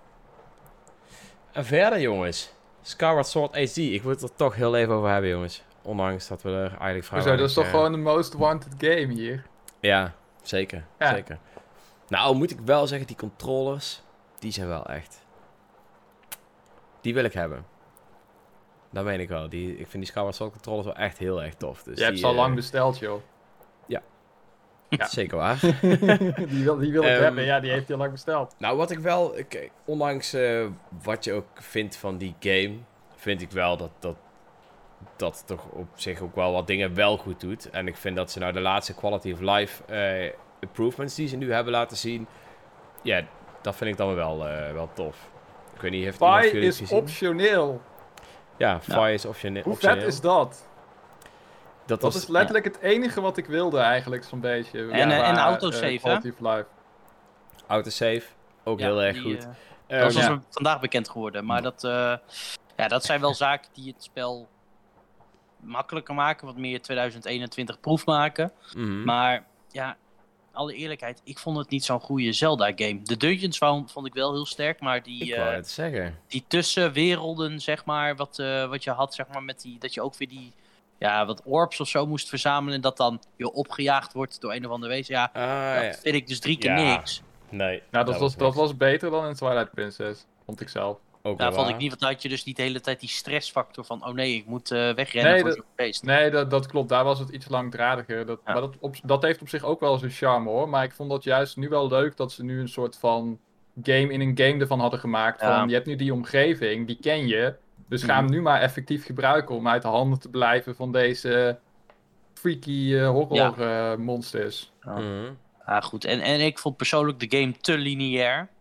En verder jongens. Skyward Sword HD. Ik wil het er toch heel even over hebben jongens. Ondanks dat we er eigenlijk vrij dat is toch gewoon de most wanted game hier? Ja, zeker. Zeker. Nou, moet ik wel zeggen, die controllers, die zijn wel echt... Die wil ik hebben. Dat meen ik wel. Ik vind die Skyward Sword controllers wel echt heel erg tof. Dus je hebt ze al lang besteld, joh. Ja. Zeker waar. die wil ik hebben, ja, die heeft hij al lang besteld. Nou, wat ik wel... ondanks wat je ook vindt van die game, vind ik wel dat toch op zich ook wel wat dingen wel goed doet. En ik vind dat ze nou de laatste quality of life improvements die ze nu hebben laten zien, ja, dat vind ik dan wel tof. Ik weet niet, heeft iemand van jullie gezien? Fi is optioneel. Ja, Fi is optioneel. Hoe vet is dat? Dat was, is letterlijk het enige wat ik wilde eigenlijk, zo'n beetje. En autosave, quality of life. Autosave, ook heel erg goed. Dat is vandaag bekend geworden. Maar dat zijn wel zaken die het spel makkelijker maken. Wat meer 2021 proef maken. Mm-hmm. Maar ja, alle eerlijkheid, ik vond het niet zo'n goede Zelda-game. De dungeons vond ik wel heel sterk, maar ik wou het zeggen. Die tussenwerelden, zeg maar, wat je had, zeg maar, met dat je ook weer die... Ja, wat orbs of zo moest verzamelen en dat dan je opgejaagd wordt door een of ander wezen. Ja, dat vind ik dus 3 keer niks. Nee. Nou, dat was beter dan in Twilight Princess, vond ik zelf. Ook vond ik niet, want dan had je dus niet de hele tijd die stressfactor van, oh nee, ik moet wegrennen voor zo'n feest. Nee, dat klopt. Daar was het iets langdradiger. Maar dat heeft op zich ook wel zijn charme, hoor. Maar ik vond dat juist nu wel leuk dat ze nu een soort van game in een game ervan hadden gemaakt. Van, je hebt nu die omgeving, die ken je. Dus ga hem nu maar effectief gebruiken om uit de handen te blijven van deze freaky horror monsters. Ja, goed. En ik vond persoonlijk de game te lineair.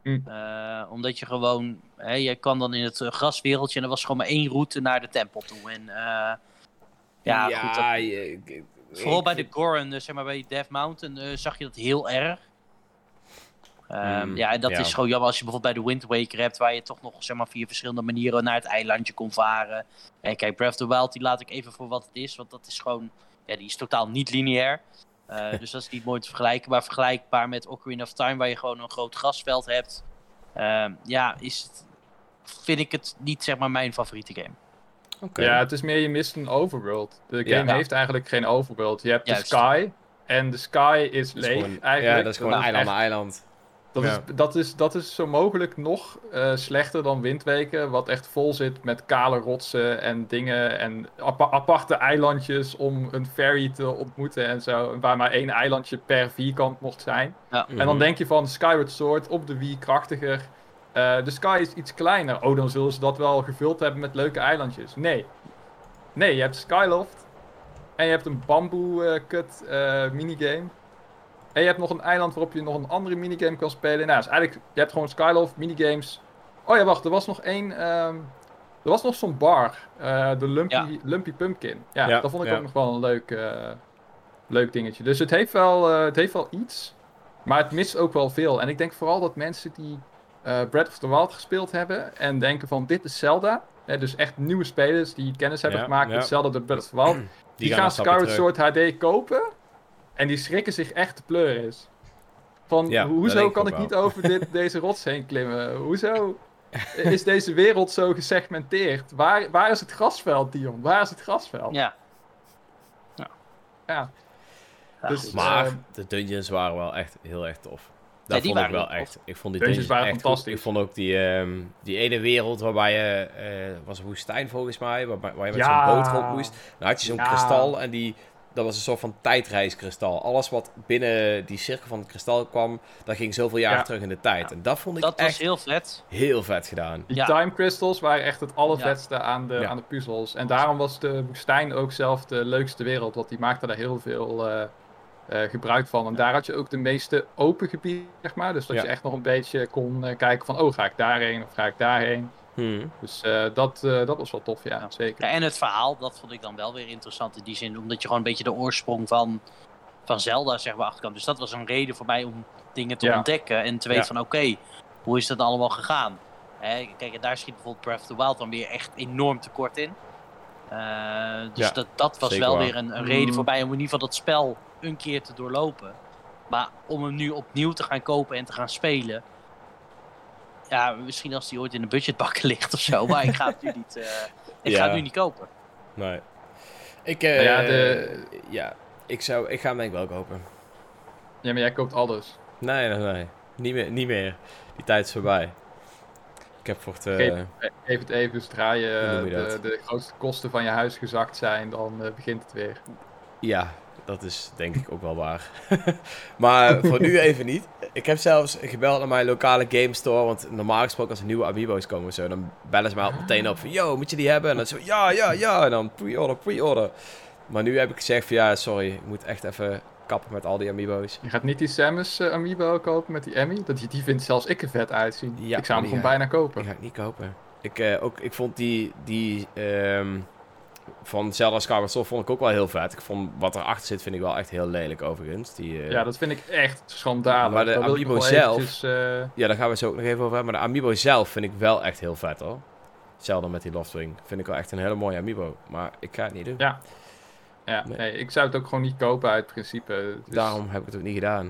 Omdat je gewoon... je kwam dan in het graswereldje en er was gewoon maar 1 route naar de tempel toe. En goed. Vooral bij de Goron, zeg maar bij Death Mountain, zag je dat heel erg. Is gewoon jammer als je bijvoorbeeld bij de Wind Waker hebt, waar je toch nog zeg maar 4 verschillende manieren naar het eilandje kon varen. En kijk, Breath of the Wild, die laat ik even voor wat het is, want dat is gewoon, die is totaal niet lineair. Dus dat is niet mooi te vergelijken, maar vergelijkbaar met Ocarina of Time, waar je gewoon een groot grasveld hebt. Vind ik het niet zeg maar mijn favoriete game. Okay. Ja, het is meer je mist een overworld. De game heeft eigenlijk geen overworld. Je hebt de sky en de sky is leeg gewoon, eigenlijk. Ja, dat is gewoon eiland na eiland. Dat is zo mogelijk nog slechter dan Wind Waker, wat echt vol zit met kale rotsen en dingen en aparte eilandjes om een ferry te ontmoeten en zo, waar maar 1 eilandje per vierkant mocht zijn. Ja. En dan denk je van Skyward Sword op de Wii krachtiger. De sky is iets kleiner. Oh, dan zullen ze dat wel gevuld hebben met leuke eilandjes. Nee, je hebt Skyloft en je hebt een bamboe cut minigame. En je hebt nog een eiland waarop je nog een andere minigame kan spelen. Nou, dus eigenlijk, je hebt gewoon Skyloft, minigames. Oh ja, wacht, er was nog één... er was nog zo'n bar. De Lumpy Pumpkin. Ja, dat vond ik ook nog wel een leuk dingetje. Dus het heeft wel iets. Maar het mist ook wel veel. En ik denk vooral dat mensen die Breath of the Wild gespeeld hebben en denken van dit is Zelda. Dus echt nieuwe spelers die kennis hebben gemaakt met Zelda door Breath of the Wild. Die gaan Skyward Sword HD kopen. En die schrikken zich echt te pleuris. Van, hoezo kan ik niet over deze rots heen klimmen? Hoezo is deze wereld zo gesegmenteerd? Waar is het grasveld, Dion? Waar is het grasveld? Ja. Dus, maar de dungeons waren wel echt heel erg tof. Dat vond ik wel echt. Ik vond die dungeons waren echt fantastisch. Ik vond ook die ene wereld waarbij je... was een woestijn volgens mij, waar je met zo'n boot rond moest. Dan had je zo'n kristal en dat was een soort van tijdreiskristal. Alles wat binnen die cirkel van het kristal kwam, dat ging zoveel jaar terug in de tijd. En dat vond ik echt was heel vet. Heel vet gedaan. Die time crystals waren echt het allervetste aan de puzzels. En daarom was de woestijn ook zelf de leukste wereld. Want die maakte daar heel veel gebruik van. En daar had je ook de meeste open gebieden, zeg maar. Dus dat je echt nog een beetje kon kijken van, ga ik daarheen of ga ik daarheen. Dus dat was wel tof, zeker. Ja, en het verhaal, dat vond ik dan wel weer interessant in die zin, omdat je gewoon een beetje de oorsprong van Zelda zeg maar achterkwam. Dus dat was een reden voor mij om dingen te ontdekken en te weten van oké, hoe is dat allemaal gegaan? Kijk, en daar schiet bijvoorbeeld Breath of the Wild dan weer echt enorm tekort in. Dus dat was wel weer een reden voor mij om in ieder geval dat spel een keer te doorlopen. Maar om hem nu opnieuw te gaan kopen en te gaan spelen... Ja, misschien als die ooit in de budgetbakken ligt of zo. Maar ik ga het nu niet... ik ga het nu niet kopen. Nee. Ik ga hem denk ik wel kopen. Ja, maar jij koopt alles. Nee. Niet meer. Die tijd is voorbij. Ik heb voor het... Geef het even, zodra je de grootste kosten van je huis gezakt zijn, dan begint het weer. Ja, dat is denk ik ook wel waar. Maar voor nu even niet. Ik heb zelfs gebeld naar mijn lokale game store. Want normaal gesproken als er nieuwe Amiibo's komen zo, dan bellen ze mij al meteen op van, yo, moet je die hebben? En dan zo, ja. En dan pre-order. Maar nu heb ik gezegd van, sorry, ik moet echt even kappen met al die Amiibo's. Je gaat niet die Samus Amiibo kopen met die Emmy? Die vindt zelfs ik er vet uitzien. Ja, ik zou hem gewoon bijna kopen. Die ga ik niet kopen. Ik vond die van Zelda Skyward Sword vond ik ook wel heel vet. Ik vond wat erachter zit, vind ik wel echt heel lelijk overigens. Ja, dat vind ik echt schandalig. Maar de Amiibo zelf... Ja, daar gaan we zo ook nog even over hebben. Maar de Amiibo zelf vind ik wel echt heel vet hoor. Zelda met die Loftwing. Vind ik wel echt een hele mooie Amiibo. Maar ik ga het niet doen. Ja, nee, ik zou het ook gewoon niet kopen uit principe. Dus... Daarom heb ik het ook niet gedaan.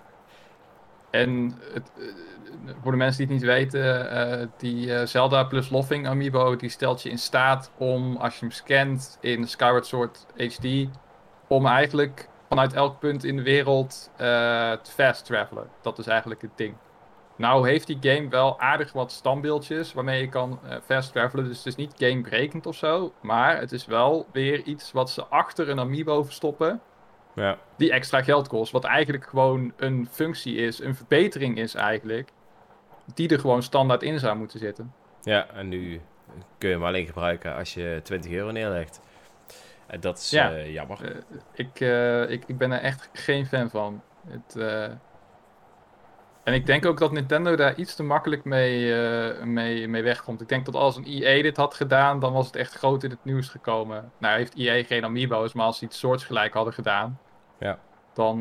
En voor de mensen die het niet weten, die Zelda plus Loftwing Amiibo, die stelt je in staat om, als je hem scant in Skyward Sword HD, om eigenlijk vanuit elk punt in de wereld te fast travelen. Dat is eigenlijk het ding. Nou heeft die game wel aardig wat standbeeldjes waarmee je kan fast travelen. Dus het is niet gamebrekend of zo. Maar het is wel weer iets wat ze achter een Amiibo verstoppen. Ja. Die extra geld kost. Wat eigenlijk gewoon een functie is. Een verbetering is eigenlijk. Die er gewoon standaard in zou moeten zitten. Ja, en nu kun je hem alleen gebruiken als je €20 neerlegt. En dat is jammer. Ik ben er echt geen fan van. En ik denk ook dat Nintendo daar iets te makkelijk mee wegkomt. Ik denk dat als een EA dit had gedaan, dan was het echt groot in het nieuws gekomen. Nou heeft EA geen amiibo's, maar als ze iets soortgelijk hadden gedaan, Ja. dan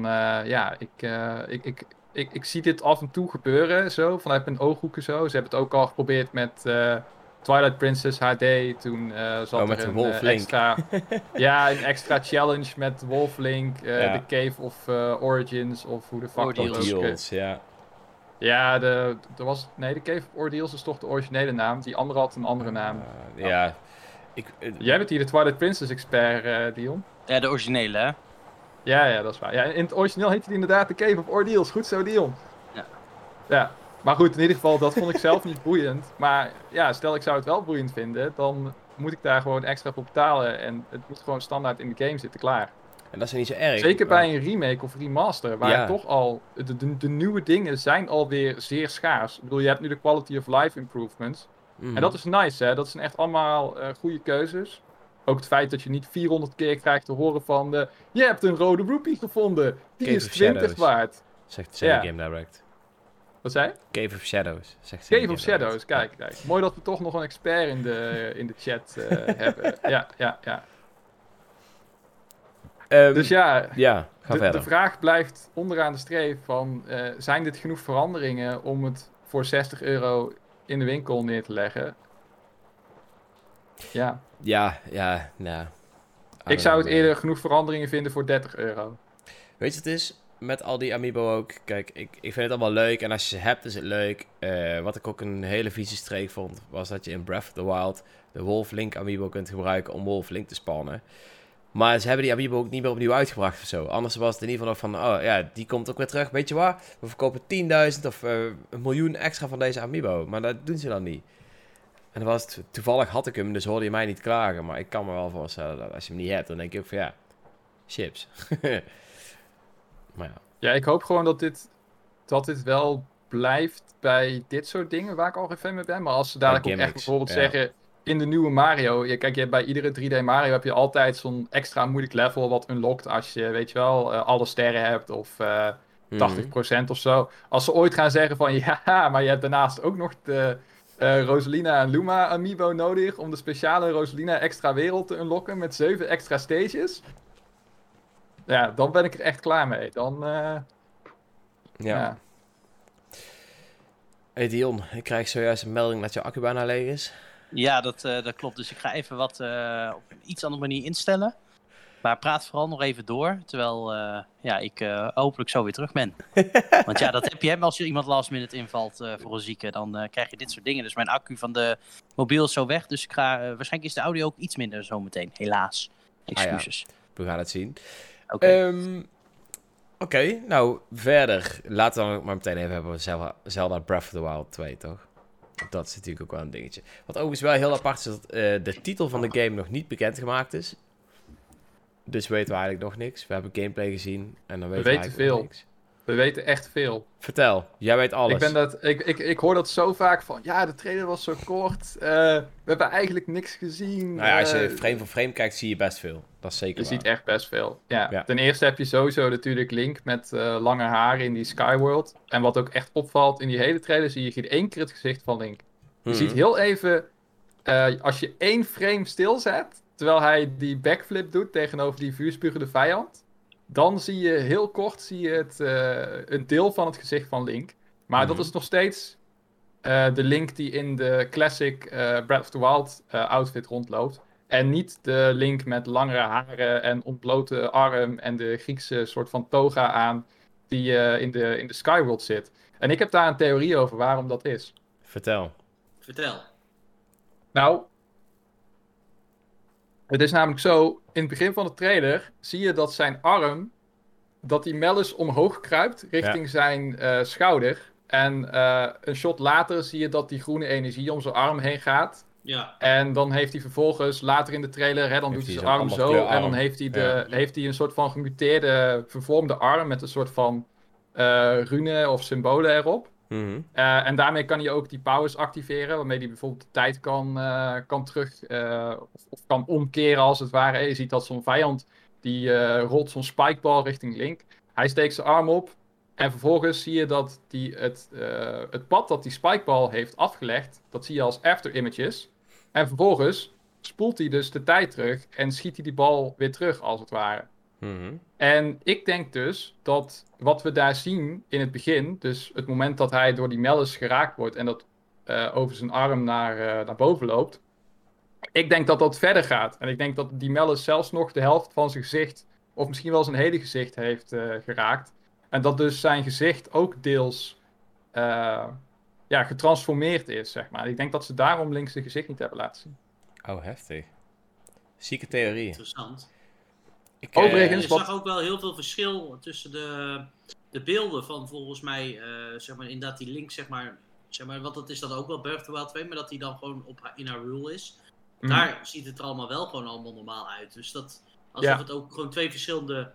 ik zie dit af en toe gebeuren, zo, vanuit mijn ooghoeken zo. Ze hebben het ook al geprobeerd met Twilight Princess HD. Toen zat met er de een Wolf Link. een extra challenge met Wolf Link, Ja. de Cave of Origins, of hoe de fuck dat ook. Ordeals, ja. Ja, de Cave of Ordeals is toch de originele naam. Die andere had een andere naam. Ja. Jij bent hier de Twilight Princess expert, Dion. Ja, de originele, hè? Ja, dat is waar. Ja, in het origineel heette die inderdaad de Cave of Ordeals. Goed zo, Dion. Ja. Maar goed, in ieder geval, dat vond ik zelf niet boeiend. Maar ja, stel ik zou het wel boeiend vinden, dan moet ik daar gewoon extra voor betalen. En het moet gewoon standaard in de game zitten, klaar. En dat is niet zo erg. Zeker bij een remake of remaster, waar toch al de nieuwe dingen zijn alweer zeer schaars. Ik bedoel, je hebt nu de quality of life improvements. En dat is nice, hè. Dat zijn echt allemaal goede keuzes. Ook het feit dat je niet 400 keer krijgt te horen van... je hebt een rode rupee gevonden. Die Cave is of 20 Shadows. waard. Zegt de Sega Game Direct. Wat zei je? Cave of Shadows. Zegt Cave of Shadows, kijk. Mooi dat we toch nog een expert in de chat hebben. Ja. Dus ja, ga verder. de vraag blijft onderaan de streep van... zijn dit genoeg veranderingen om het voor €60 in de winkel neer te leggen? Ja. Nou. Ik zou het eerder genoeg veranderingen vinden voor €30. Weet je wat het is? Met al die amiibo ook. Kijk, ik vind het allemaal leuk. En als je ze hebt, is het leuk. Wat ik ook een hele vieze streek vond, was dat je in Breath of the Wild de Wolf Link amiibo kunt gebruiken om Wolf Link te spannen. Maar ze hebben die amiibo ook niet meer opnieuw uitgebracht of zo. Anders was het in ieder geval nog van, oh ja, die komt ook weer terug. Weet je waar? We verkopen 10.000 of 1.000.000 extra van deze amiibo. Maar dat doen ze dan niet. En dan was het, toevallig had ik hem, dus hoorde je mij niet klagen. Maar ik kan me wel voorstellen dat als je hem niet hebt, dan denk je ook van ja, chips. Maar ja. Ja, ik hoop gewoon dat dit wel blijft bij dit soort dingen waar ik al geen fan mee ben. Maar als ze dadelijk ook echt bijvoorbeeld zeggen, in de nieuwe Mario... Kijk, je hebt bij iedere 3D Mario heb je altijd zo'n extra moeilijk level wat unlockt als je, weet je wel, alle sterren hebt of 80% of zo. Als ze ooit gaan zeggen van, ja, maar je hebt daarnaast ook nog de Rosalina en Luma amiibo nodig om de speciale Rosalina extra wereld te unlocken met 7 extra stages... Ja, dan ben ik er echt klaar mee. Dan, ja. Hey Dion, ik krijg zojuist een melding dat je accu bijna leeg is. Ja, dat klopt. Dus ik ga even wat op een iets andere manier instellen. Maar praat vooral nog even door, terwijl ik hopelijk zo weer terug ben. Want ja, dat heb je, als je iemand last minute invalt voor een zieke, dan krijg je dit soort dingen. Dus mijn accu van de mobiel is zo weg, dus ik ga, waarschijnlijk is de audio ook iets minder zometeen, helaas. Excuses. We gaan het zien. Oké, nou verder. Laten we dan maar meteen even hebben over Zelda Breath of the Wild 2, toch? Dat is natuurlijk ook wel een dingetje. Wat overigens wel heel apart is, dat de titel van de game nog niet bekendgemaakt is. Dus weten we eigenlijk nog niks. We hebben gameplay gezien en dan weten we eigenlijk nog niks. We weten echt veel. Vertel, jij weet alles. Ik hoor dat zo vaak van, ja, de trailer was zo kort. We hebben eigenlijk niks gezien. Nou ja, als je frame voor frame kijkt, zie je best veel. Dat is zeker Je waar. ziet echt best veel. Ja. Ten eerste heb je sowieso natuurlijk Link met lange haren in die Skyworld. En wat ook echt opvalt, in die hele trailer zie je geen één keer het gezicht van Link. Je ziet heel even, als je 1 frame stilzet, terwijl hij die backflip doet tegenover die vuurspugende vijand, dan zie je heel kort een deel van het gezicht van Link. Maar dat is nog steeds de Link die in de classic Breath of the Wild outfit rondloopt. En niet de Link met langere haren en ontblote arm en de Griekse soort van toga aan die in de Skyworld zit. En ik heb daar een theorie over waarom dat is. Vertel. Nou, het is namelijk zo, in het begin van de trailer zie je dat zijn arm, dat die Mellis omhoog kruipt richting zijn schouder. En een shot later zie je dat die groene energie om zijn arm heen gaat. Ja. En dan heeft hij vervolgens, later in de trailer, dan doet hij zijn arm zo. En dan heeft hij een soort van gemuteerde, vervormde arm met een soort van rune of symbolen erop. En daarmee kan hij ook die powers activeren, waarmee hij bijvoorbeeld de tijd kan terug of kan omkeren als het ware. Je ziet dat zo'n vijand die rolt zo'n spikeball richting Link. Hij steekt zijn arm op, En vervolgens zie je dat het pad dat die spikeball heeft afgelegd, dat zie je als after images. En vervolgens spoelt hij dus de tijd terug en schiet hij die bal weer terug, als het ware. En ik denk dus dat wat we daar zien in het begin, dus het moment dat hij door die Malice geraakt wordt en dat over zijn arm naar boven loopt, ik denk dat dat verder gaat. En ik denk dat die Malice zelfs nog de helft van zijn gezicht, of misschien wel zijn hele gezicht heeft geraakt. En dat dus zijn gezicht ook deels getransformeerd is, zeg maar. Ik denk dat ze daarom links zijn gezicht niet hebben laten zien. Oh, heftig. Zieke theorie. Interessant. Overigens, je zag ook wel heel veel verschil tussen de beelden van volgens mij, zeg maar, inderdaad die link, zeg maar, want dat is dan ook wel Breath of the Wild 2, maar dat die dan gewoon in Hyrule is. Daar ziet het er allemaal wel gewoon allemaal normaal uit. Dus dat, alsof het ook gewoon twee verschillende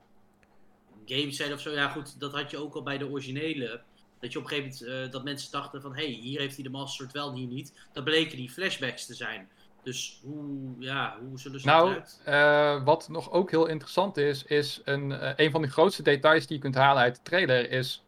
games zijn of zo. Ja goed, dat had je ook al bij de originele. Dat je op een gegeven moment, dat mensen dachten van, hey, hier heeft hij de Master Sword wel, hier niet. Dat bleken die flashbacks te zijn. Dus hoe zullen ze dat uit? Wat nog ook heel interessant is een van de grootste details die je kunt halen uit de trailer is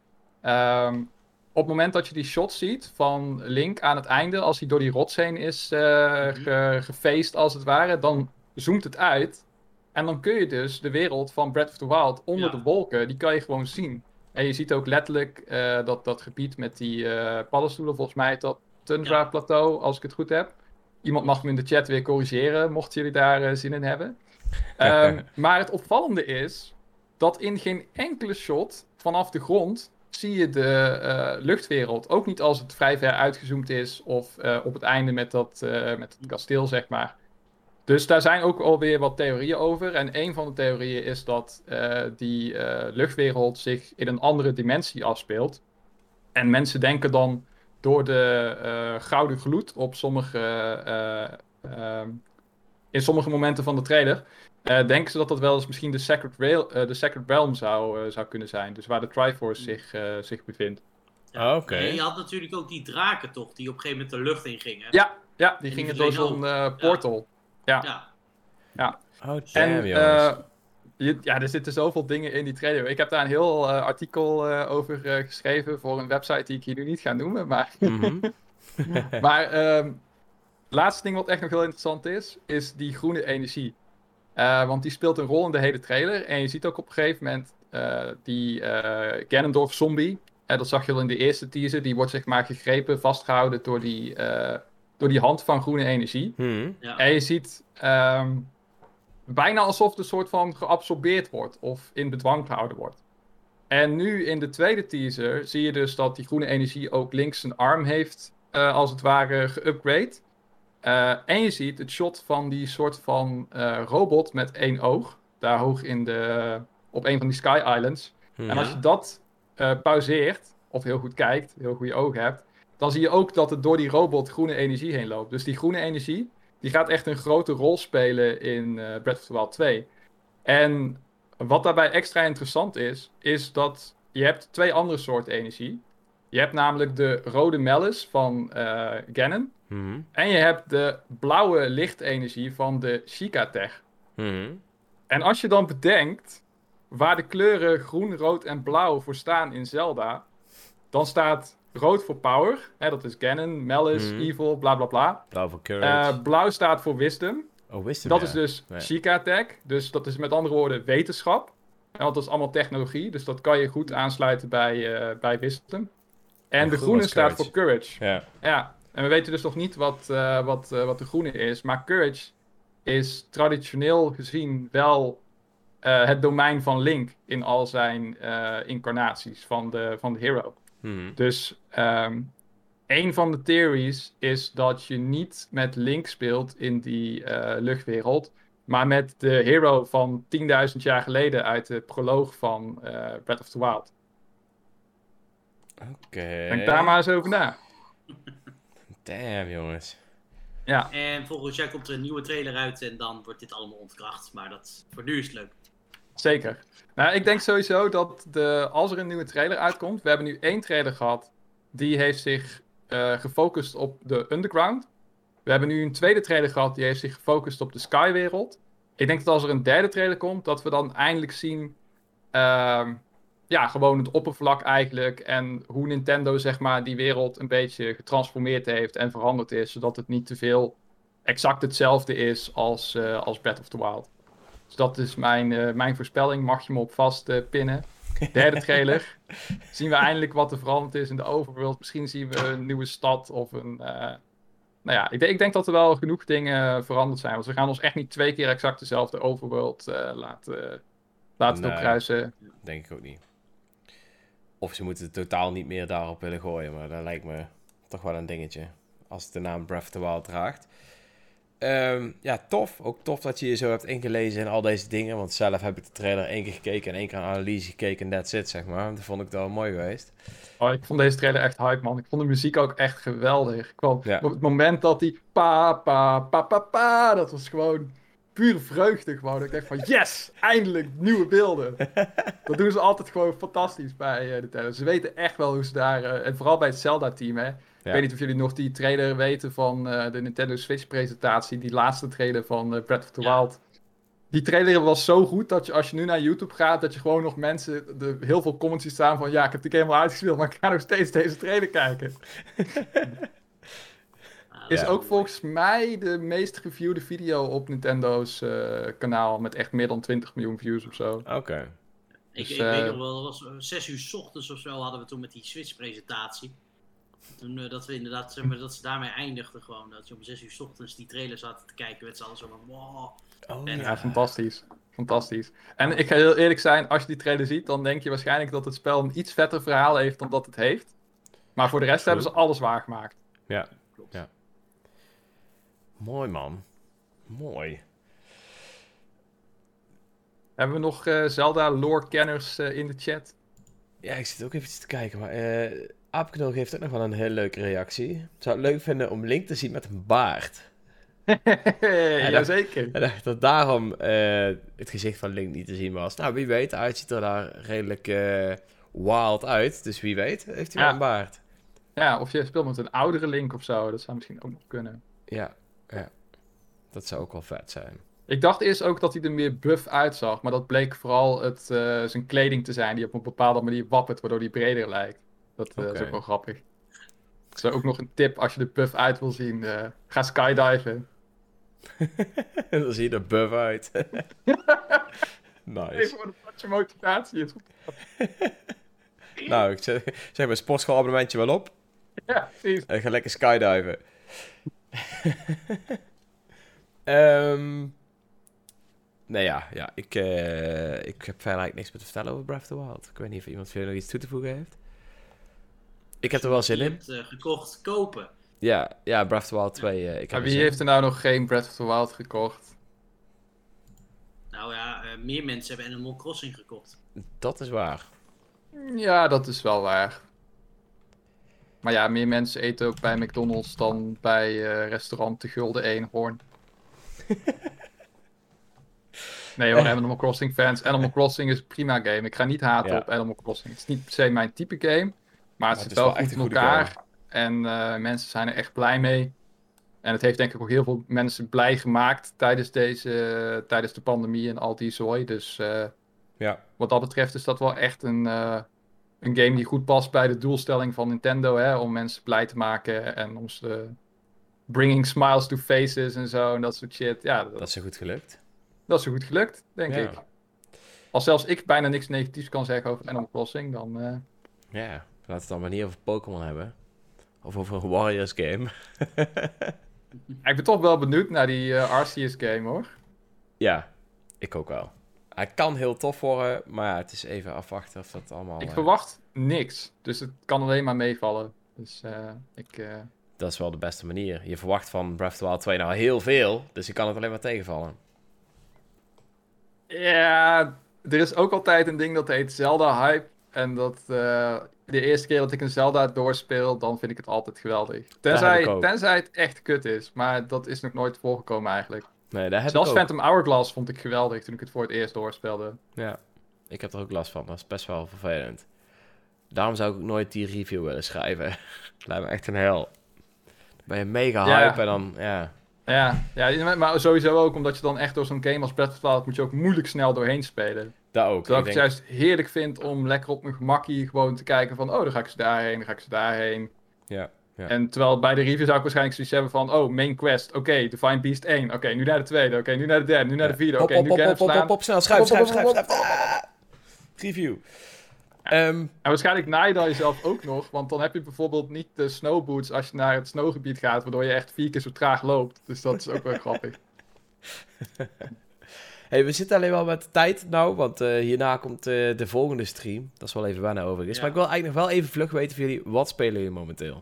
op het moment dat je die shot ziet van Link aan het einde, als hij door die rots heen is gefaced als het ware, dan zoomt het uit. En dan kun je dus de wereld van Breath of the Wild onder de wolken, die kan je gewoon zien. En je ziet ook letterlijk dat gebied met die paddenstoelen, volgens mij dat Tundra Plateau, als ik het goed heb. Iemand mag me in de chat weer corrigeren, mochten jullie daar zin in hebben. Maar het opvallende is dat in geen enkele shot vanaf de grond zie je de luchtwereld. Ook niet als het vrij ver uitgezoomd is of op het einde met het kasteel, zeg maar. Dus daar zijn ook alweer wat theorieën over. En een van de theorieën is dat die luchtwereld zich in een andere dimensie afspeelt. En mensen denken dan door de gouden gloed op in sommige momenten van de trailer, denken ze dat dat wel eens misschien de Sacred Realm zou kunnen zijn. Dus waar de Triforce zich bevindt. Ja. Oké. Je had natuurlijk ook die draken toch, die op een gegeven moment de lucht in gingen. Ja, die gingen door zo'n portal. Ja. Oh, damn, jongens. Er zitten zoveel dingen in die trailer. Ik heb daar een heel artikel over geschreven voor een website die ik hier nu niet ga noemen. Maar, maar laatste ding wat echt nog heel interessant is die groene energie. Want die speelt een rol in de hele trailer. En je ziet ook op een gegeven moment die Ganondorf zombie. Dat zag je al in de eerste teaser. Die wordt zeg maar gegrepen, vastgehouden door die hand van groene energie. Ja. En je ziet bijna alsof het een soort van geabsorbeerd wordt of in bedwang gehouden wordt. En nu in de tweede teaser zie je dus dat die groene energie ook links zijn arm heeft, als het ware, geupgrade. En je ziet het shot van die soort van robot met één oog, daar hoog op een van die Sky Islands. En als je dat pauzeert, of heel goed kijkt, heel goede ogen hebt, dan zie je ook dat het door die robot groene energie heen loopt. Dus die groene energie, die gaat echt een grote rol spelen in Breath of the Wild 2. En wat daarbij extra interessant is dat je hebt twee andere soorten energie. Je hebt namelijk de rode Malice van Ganon. En je hebt de blauwe lichtenergie van de Sheikah-Tech. En als je dan bedenkt waar de kleuren groen, rood en blauw voor staan in Zelda, dan staat rood voor power, dat is Ganon, Malice, evil, bla bla bla. Blauw voor courage. Blauw staat voor wisdom. Oh, wisdom, dat is dus Sheikah-Tech. Dus dat is met andere woorden wetenschap. Want dat is allemaal technologie, dus dat kan je goed aansluiten bij wisdom. En de groene staat voor courage. Ja. En we weten dus nog niet wat de groene is. Maar courage is traditioneel gezien wel het domein van Link in al zijn incarnaties van de hero. Dus een van de theories is dat je niet met Link speelt in die luchtwereld, maar met de hero van 10.000 jaar geleden uit de proloog van Breath of the Wild. Oké. Denk daar maar eens over na. Damn, jongens. Ja. En volgend jaar komt er een nieuwe trailer uit en dan wordt dit allemaal ontkracht. Maar voor nu is het leuk. Zeker. Nou, ik denk sowieso dat als er een nieuwe trailer uitkomt, we hebben nu 1 trailer gehad, die heeft zich gefocust op de underground. We hebben nu een tweede trailer gehad, die heeft zich gefocust op de skywereld. Ik denk dat als er een derde trailer komt, dat we dan eindelijk zien ja, gewoon het oppervlak eigenlijk. En hoe Nintendo, zeg maar, die wereld een beetje getransformeerd heeft en veranderd is. Zodat het niet te veel exact hetzelfde is als Breath of the Wild. Dus dat is mijn voorspelling. Mag je me op vast pinnen. Derde trailer. Zien we eindelijk wat er veranderd is in de overworld. Misschien zien we een nieuwe stad of een... nou ja, ik denk dat er wel genoeg dingen veranderd zijn. Want we gaan ons echt niet 2 keer exact dezelfde overworld laten doorkruisen. Denk ik ook niet. Of ze moeten totaal niet meer daarop willen gooien. Maar dat lijkt me toch wel een dingetje. Als het de naam Breath of the Wild draagt. Ja, tof. Ook tof dat je je zo hebt ingelezen in al deze dingen. Want zelf heb ik de trailer 1 keer gekeken en 1 keer een analyse gekeken en that's it, zeg maar. Dat vond ik wel mooi geweest. Oh, ik vond deze trailer echt hype, man. Ik vond de muziek ook echt geweldig. Op het moment dat die pa, dat was gewoon pure vreugde gewoon. Ik dacht van, yes, eindelijk nieuwe beelden. Dat doen ze altijd gewoon fantastisch bij de trailer. Ze weten echt wel hoe ze daar, en vooral bij het Zelda-team, hè. Ik weet niet of jullie nog die trailer weten van de Nintendo Switch-presentatie. Die laatste trailer van Breath of the Wild. Die trailer was zo goed dat als je nu naar YouTube gaat, dat je gewoon nog mensen, heel veel comments ziet staan van, ja, ik heb die game helemaal uitgespeeld, maar ik ga nog steeds deze trailer kijken. Is ook volgens mij de meest geviewde video op Nintendo's kanaal, met echt meer dan 20 miljoen views of zo. Oké. Ik weet nog wel, dat was 6 uur 's ochtends of zo hadden we toen met die Switch-presentatie. Toen dat we inderdaad, zeg maar, dat ze daarmee eindigden gewoon. Dat je om 6 uur 's ochtends die trailer zaten te kijken, werd ze alles zo van, wow. Ja, fantastisch. Fantastisch. En ik ga heel eerlijk zijn, als je die trailer ziet, dan denk je waarschijnlijk dat het spel een iets vetter verhaal heeft dan dat het heeft. Maar voor de rest hebben ze alles waargemaakt. Ja, klopt. Ja. Mooi, man. Mooi. Hebben we nog Zelda-lore-kenners in de chat? Ja, ik zit ook even te kijken, maar Aapknul geeft ook nog wel een heel leuke reactie. Ik zou het leuk vinden om Link te zien met een baard. Jazeker. En dat daarom het gezicht van Link niet te zien was. Nou, wie weet, hij ziet er daar redelijk wild uit. Dus wie weet, heeft hij wel een baard. Ja, of je speelt met een oudere Link of zo. Dat zou misschien ook nog kunnen. Ja. Dat zou ook wel vet zijn. Ik dacht eerst ook dat hij er meer buff uitzag. Maar dat bleek vooral zijn kleding te zijn die op een bepaalde manier wappert, waardoor hij breder lijkt. Dat is ook wel grappig. Zo ook nog een tip als je de buff uit wil zien. Ga skydiven. Dan zie je er buff uit. Nice. Even wat je motivatie is. Nou, ik zeg mijn sportschoolabonnementje wel op. Ja, precies. En ga lekker skydiven. Nee, ja. Ik heb verder eigenlijk niks meer te vertellen over Breath of the Wild. Ik weet niet of iemand van jullie nog iets toe te voegen heeft. Ik heb er wel zin in. Je hebt gekocht, kopen. Ja, Breath of the Wild 2. Wie heeft er nou nog geen Breath of the Wild gekocht? Nou ja, meer mensen hebben Animal Crossing gekocht. Dat is waar. Ja, dat is wel waar. Maar ja, meer mensen eten ook bij McDonald's dan bij restaurant De Gulden Eenhoorn. Nee hoor, Animal Crossing fans. Animal Crossing is een prima game. Ik ga niet haten op Animal Crossing. Het is niet per se mijn type game. Maar het zit wel goed in elkaar. Game. En mensen zijn er echt blij mee. En het heeft denk ik ook heel veel mensen blij gemaakt tijdens de pandemie en al die zooi. Dus wat dat betreft is dat wel echt een game die goed past bij de doelstelling van Nintendo. Hè, om mensen blij te maken en om ze bringing smiles to faces en zo en dat soort shit. Ja, dat is zo goed gelukt. Dat is zo goed gelukt, denk ik. Als zelfs ik bijna niks negatiefs kan zeggen over Animal Crossing, dan... Ja, laten we het dan maar niet over Pokémon hebben. Of over een Warriors game. Ik ben toch wel benieuwd naar die Arceus game, hoor. Ja, ik ook wel. Hij kan heel tof worden, maar het is even afwachten of dat allemaal... Ik verwacht niks, dus het kan alleen maar meevallen. Dus Dat is wel de beste manier. Je verwacht van Breath of the Wild 2 nou heel veel, dus je kan het alleen maar tegenvallen. Ja, er is ook altijd een ding dat heet Zelda-hype. En dat de eerste keer dat ik een Zelda doorspeel, dan vind ik het altijd geweldig. Tenzij het echt kut is, maar dat is nog nooit voorgekomen eigenlijk. Nee, daar heb zelfs ik ook. Phantom Hourglass vond ik geweldig toen ik het voor het eerst doorspeelde. Ja, ik heb er ook last van. Dat is best wel vervelend. Daarom zou ik ook nooit die review willen schrijven. Dat lijkt me echt een hel. Dan ben je mega hype en dan, Ja, maar sowieso ook omdat je dan echt door zo'n game als Breath of the Wild moet je ook moeilijk snel doorheen spelen. Dat ook. Terwijl ik het juist heerlijk vind om lekker op mijn gemakkie gewoon te kijken van... dan ga ik ze daarheen, dan ga ik ze daarheen. Ja. En terwijl bij de review zou ik waarschijnlijk zoiets hebben van... main quest, oké, Divine Beast 1. Oké, nu naar de tweede, oké, nu naar de derde, nu naar de vierde. Oké, nu Ganon slaan. Snel, schrijf. Review. En waarschijnlijk naai je dan jezelf ook nog, want dan heb je bijvoorbeeld niet de snowboots als je naar het snowgebied gaat, waardoor je echt 4 keer zo traag loopt. Dus dat is ook wel grappig. Hey, we zitten alleen wel met de tijd nou, want hierna komt de volgende stream. Dat is wel even wennen overigens. Ja. Maar ik wil eigenlijk nog wel even vlug weten van jullie, wat spelen jullie momenteel?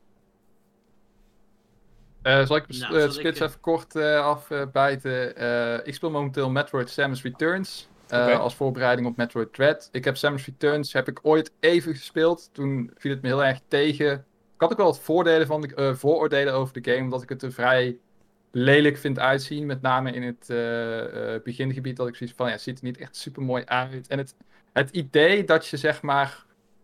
Zal ik Nou, het spits even kort afbijten? Ik speel momenteel Metroid Samus Returns. Oké. Als voorbereiding op Metroid Dread. Ik heb Samus Returns heb ik ooit even gespeeld. Toen viel het me heel erg tegen. Ik had ook wel wat vooroordelen over de game. Omdat ik het er vrij lelijk vind uitzien. Met name in het begingebied. Dat ik zoiets van, ja, het ziet er niet echt super mooi uit. En het idee dat je zeg maar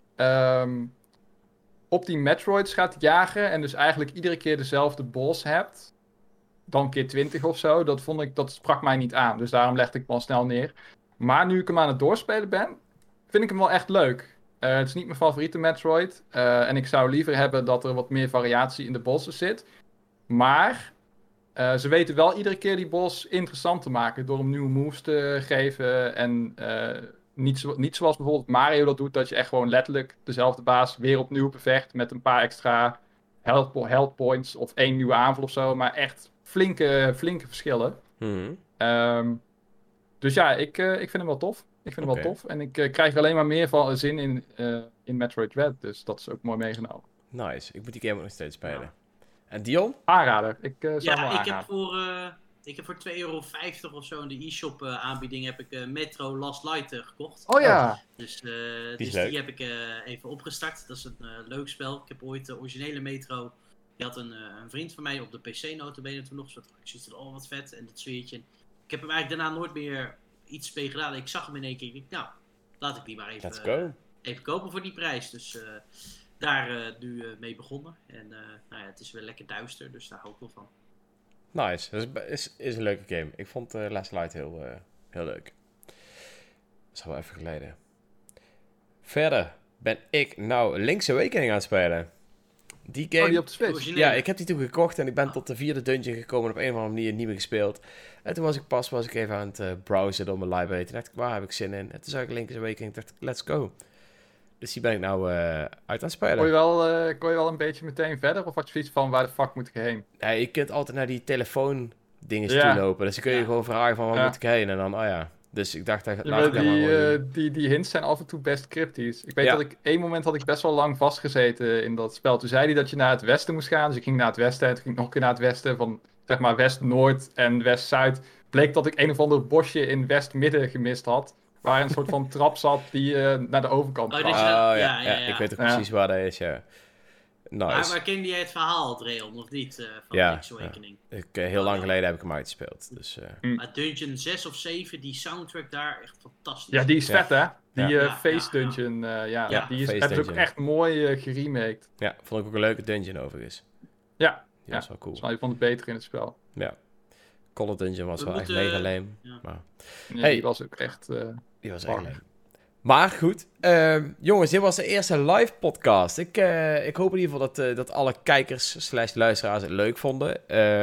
op die Metroids gaat jagen. En dus eigenlijk iedere keer dezelfde boss hebt. Dan keer 20 of zo. Dat sprak mij niet aan. Dus daarom legde ik hem al snel neer. Maar nu ik hem aan het doorspelen ben, vind ik hem wel echt leuk. Het is niet mijn favoriete Metroid. En ik zou liever hebben dat er wat meer variatie in de bossen zit. Maar ze weten wel iedere keer die boss interessant te maken. Door hem nieuwe moves te geven. En niet zoals bijvoorbeeld Mario dat doet. Dat je echt gewoon letterlijk dezelfde baas weer opnieuw bevecht. Met een paar extra health points. Of 1 nieuwe aanval of zo. Maar echt flinke verschillen. Dus ja, ik vind hem wel tof. En ik krijg er alleen maar meer van zin in Metroid Dread. Dus dat is ook mooi meegenomen. Nice, ik moet die game ook nog steeds spelen. Ja. En Dion? Aanrader. Ik zou hem wel Ja, ik heb aanraden. voor €2,50 of zo in de e-shop aanbieding heb ik Metro Last Light gekocht. Oh ja. Dus, Die is die leuk. heb ik even opgestart. Dat is een leuk spel. Ik heb ooit de originele Metro. Die had een vriend van mij op de PC notabene toen nog. Ik zoiets van, wat vet. En dat sfeertje. Ik heb hem eigenlijk daarna nooit meer iets mee gedaan. Ik zag hem in één keer. Ik dacht, nou, laat ik die maar Let's go. even kopen voor die prijs. Dus daar nu mee begonnen. En nou ja, het is weer lekker duister. Dus daar hou ik wel van. Nice, dat is een leuke game. Ik vond Last Light heel leuk. Dat is al wel even geleden. Verder ben ik nou Link's Awakening aan het spelen. Die game... Die op de Switch. Originele. Ja, ik heb die toen gekocht en ik ben tot de 4e dungeon gekomen en op een of andere manier niet meer gespeeld. En toen was ik even aan het browsen door mijn library. Toen dacht ik, waar heb ik zin in? En toen zag ik Link's Awakening en dacht ik, let's go. Dus die ben ik nou uit aan het spelen. Kon je wel een beetje meteen verder? Of had je zoiets van, waar de fuck moet ik heen? Ja, je kunt altijd naar die telefoondinges Ja. toe lopen. Dus dan kun je gewoon vragen van, waar moet ik heen? En dan, oh ja. Dus ik dacht, laat ik Ja, dat maar gewoon doen. die hints zijn af en toe best cryptisch. Ik weet Ja. dat één moment had ik best wel lang vastgezeten in dat spel. Toen zei hij dat je naar het westen moest gaan. Dus ik ging naar het westen en toen ging ik nog een keer naar het westen. Van zeg maar West-Noord en West-Zuid. Bleek dat ik een of ander bosje in West-Midden gemist had. Waar een soort van trap zat die naar de overkant Oh, kwam. dit Oh is- ja, ja, ja, ja. ik weet ook Ja. precies waar dat is, ja. Maar Nice. kende jij het verhaal, Dreon, nog niet? Van Ja, Link's Awakening. Heel lang geleden heb ik hem uitgespeeld. Dus, Maar Dungeon 6 of 7, die soundtrack daar, echt fantastisch. Ja, die is vet hè? Die Ja. Face Ja. Dungeon, Ja, die is, Face het is ook Dungeon. echt mooi geremaked. ja, vond ik ook een leuke dungeon overigens. Ja, Die was wel cool. dat is wel een van de betere in het spel. Ja. Call Dungeon was We wel moeten, echt mega lame. ja. Maar Ja, Hey. Die was ook echt... die was echt Fuck. lame. Maar goed, jongens, dit was de eerste live podcast. Ik hoop in ieder geval dat alle kijkers / luisteraars het leuk vonden.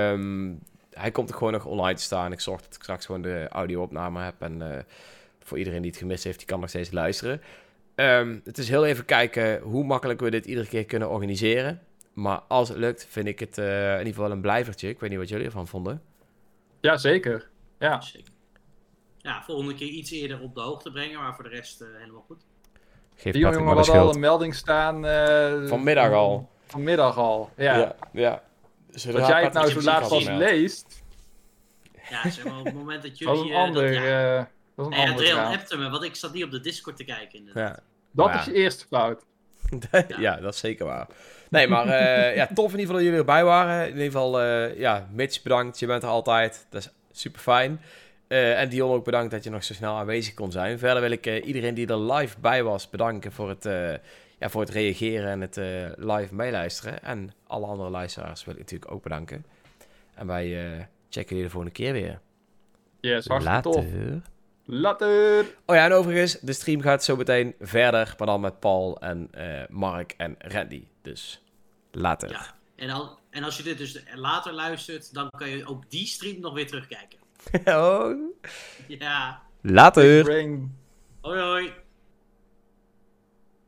Hij komt er gewoon nog online te staan. Ik zorg dat ik straks gewoon de audio-opname heb. En voor iedereen die het gemist heeft, die kan nog steeds luisteren. Het is heel even kijken hoe makkelijk we dit iedere keer kunnen organiseren. Maar als het lukt, vind ik het in ieder geval een blijvertje. Ik weet niet wat jullie ervan vonden. Ja, zeker. Ja. Zeker. Ja, volgende keer iets eerder op de hoogte brengen, maar voor de rest helemaal goed. Geef Die Patrick jongen maar de had al schuld. een melding staan. Vanmiddag al. Vanmiddag al, ja. Ja. Dat jij het nou zo laat pas leest, Ja, zeg maar op het moment dat dat is jullie... een ander, dat, ja. dat is een Nee, ander Dreon verhaal. appte me, want ik zat niet op de Discord te kijken. Inderdaad. Ja. Dat Maar is je eerste fout. Ja, dat is zeker waar. Nee, maar ja, tof in ieder geval dat jullie erbij waren. In ieder geval, ja, Mitch bedankt. Je bent er altijd. Dat is super fijn. En Dion ook bedankt dat je nog zo snel aanwezig kon zijn. Verder wil ik iedereen die er live bij was bedanken voor het reageren en het live meeluisteren. En alle andere luisteraars wil ik natuurlijk ook bedanken. En wij checken jullie de volgende keer weer. Yes, hartstikke tof. Later. Later! Oh ja, en overigens, de stream gaat zo meteen verder, maar dan met Paul en Mark en Randy. Dus later. Ja, en als je dit dus later luistert, dan kan je ook die stream nog weer terugkijken. Oh. Ja. Later! Brain. Hoi hoi.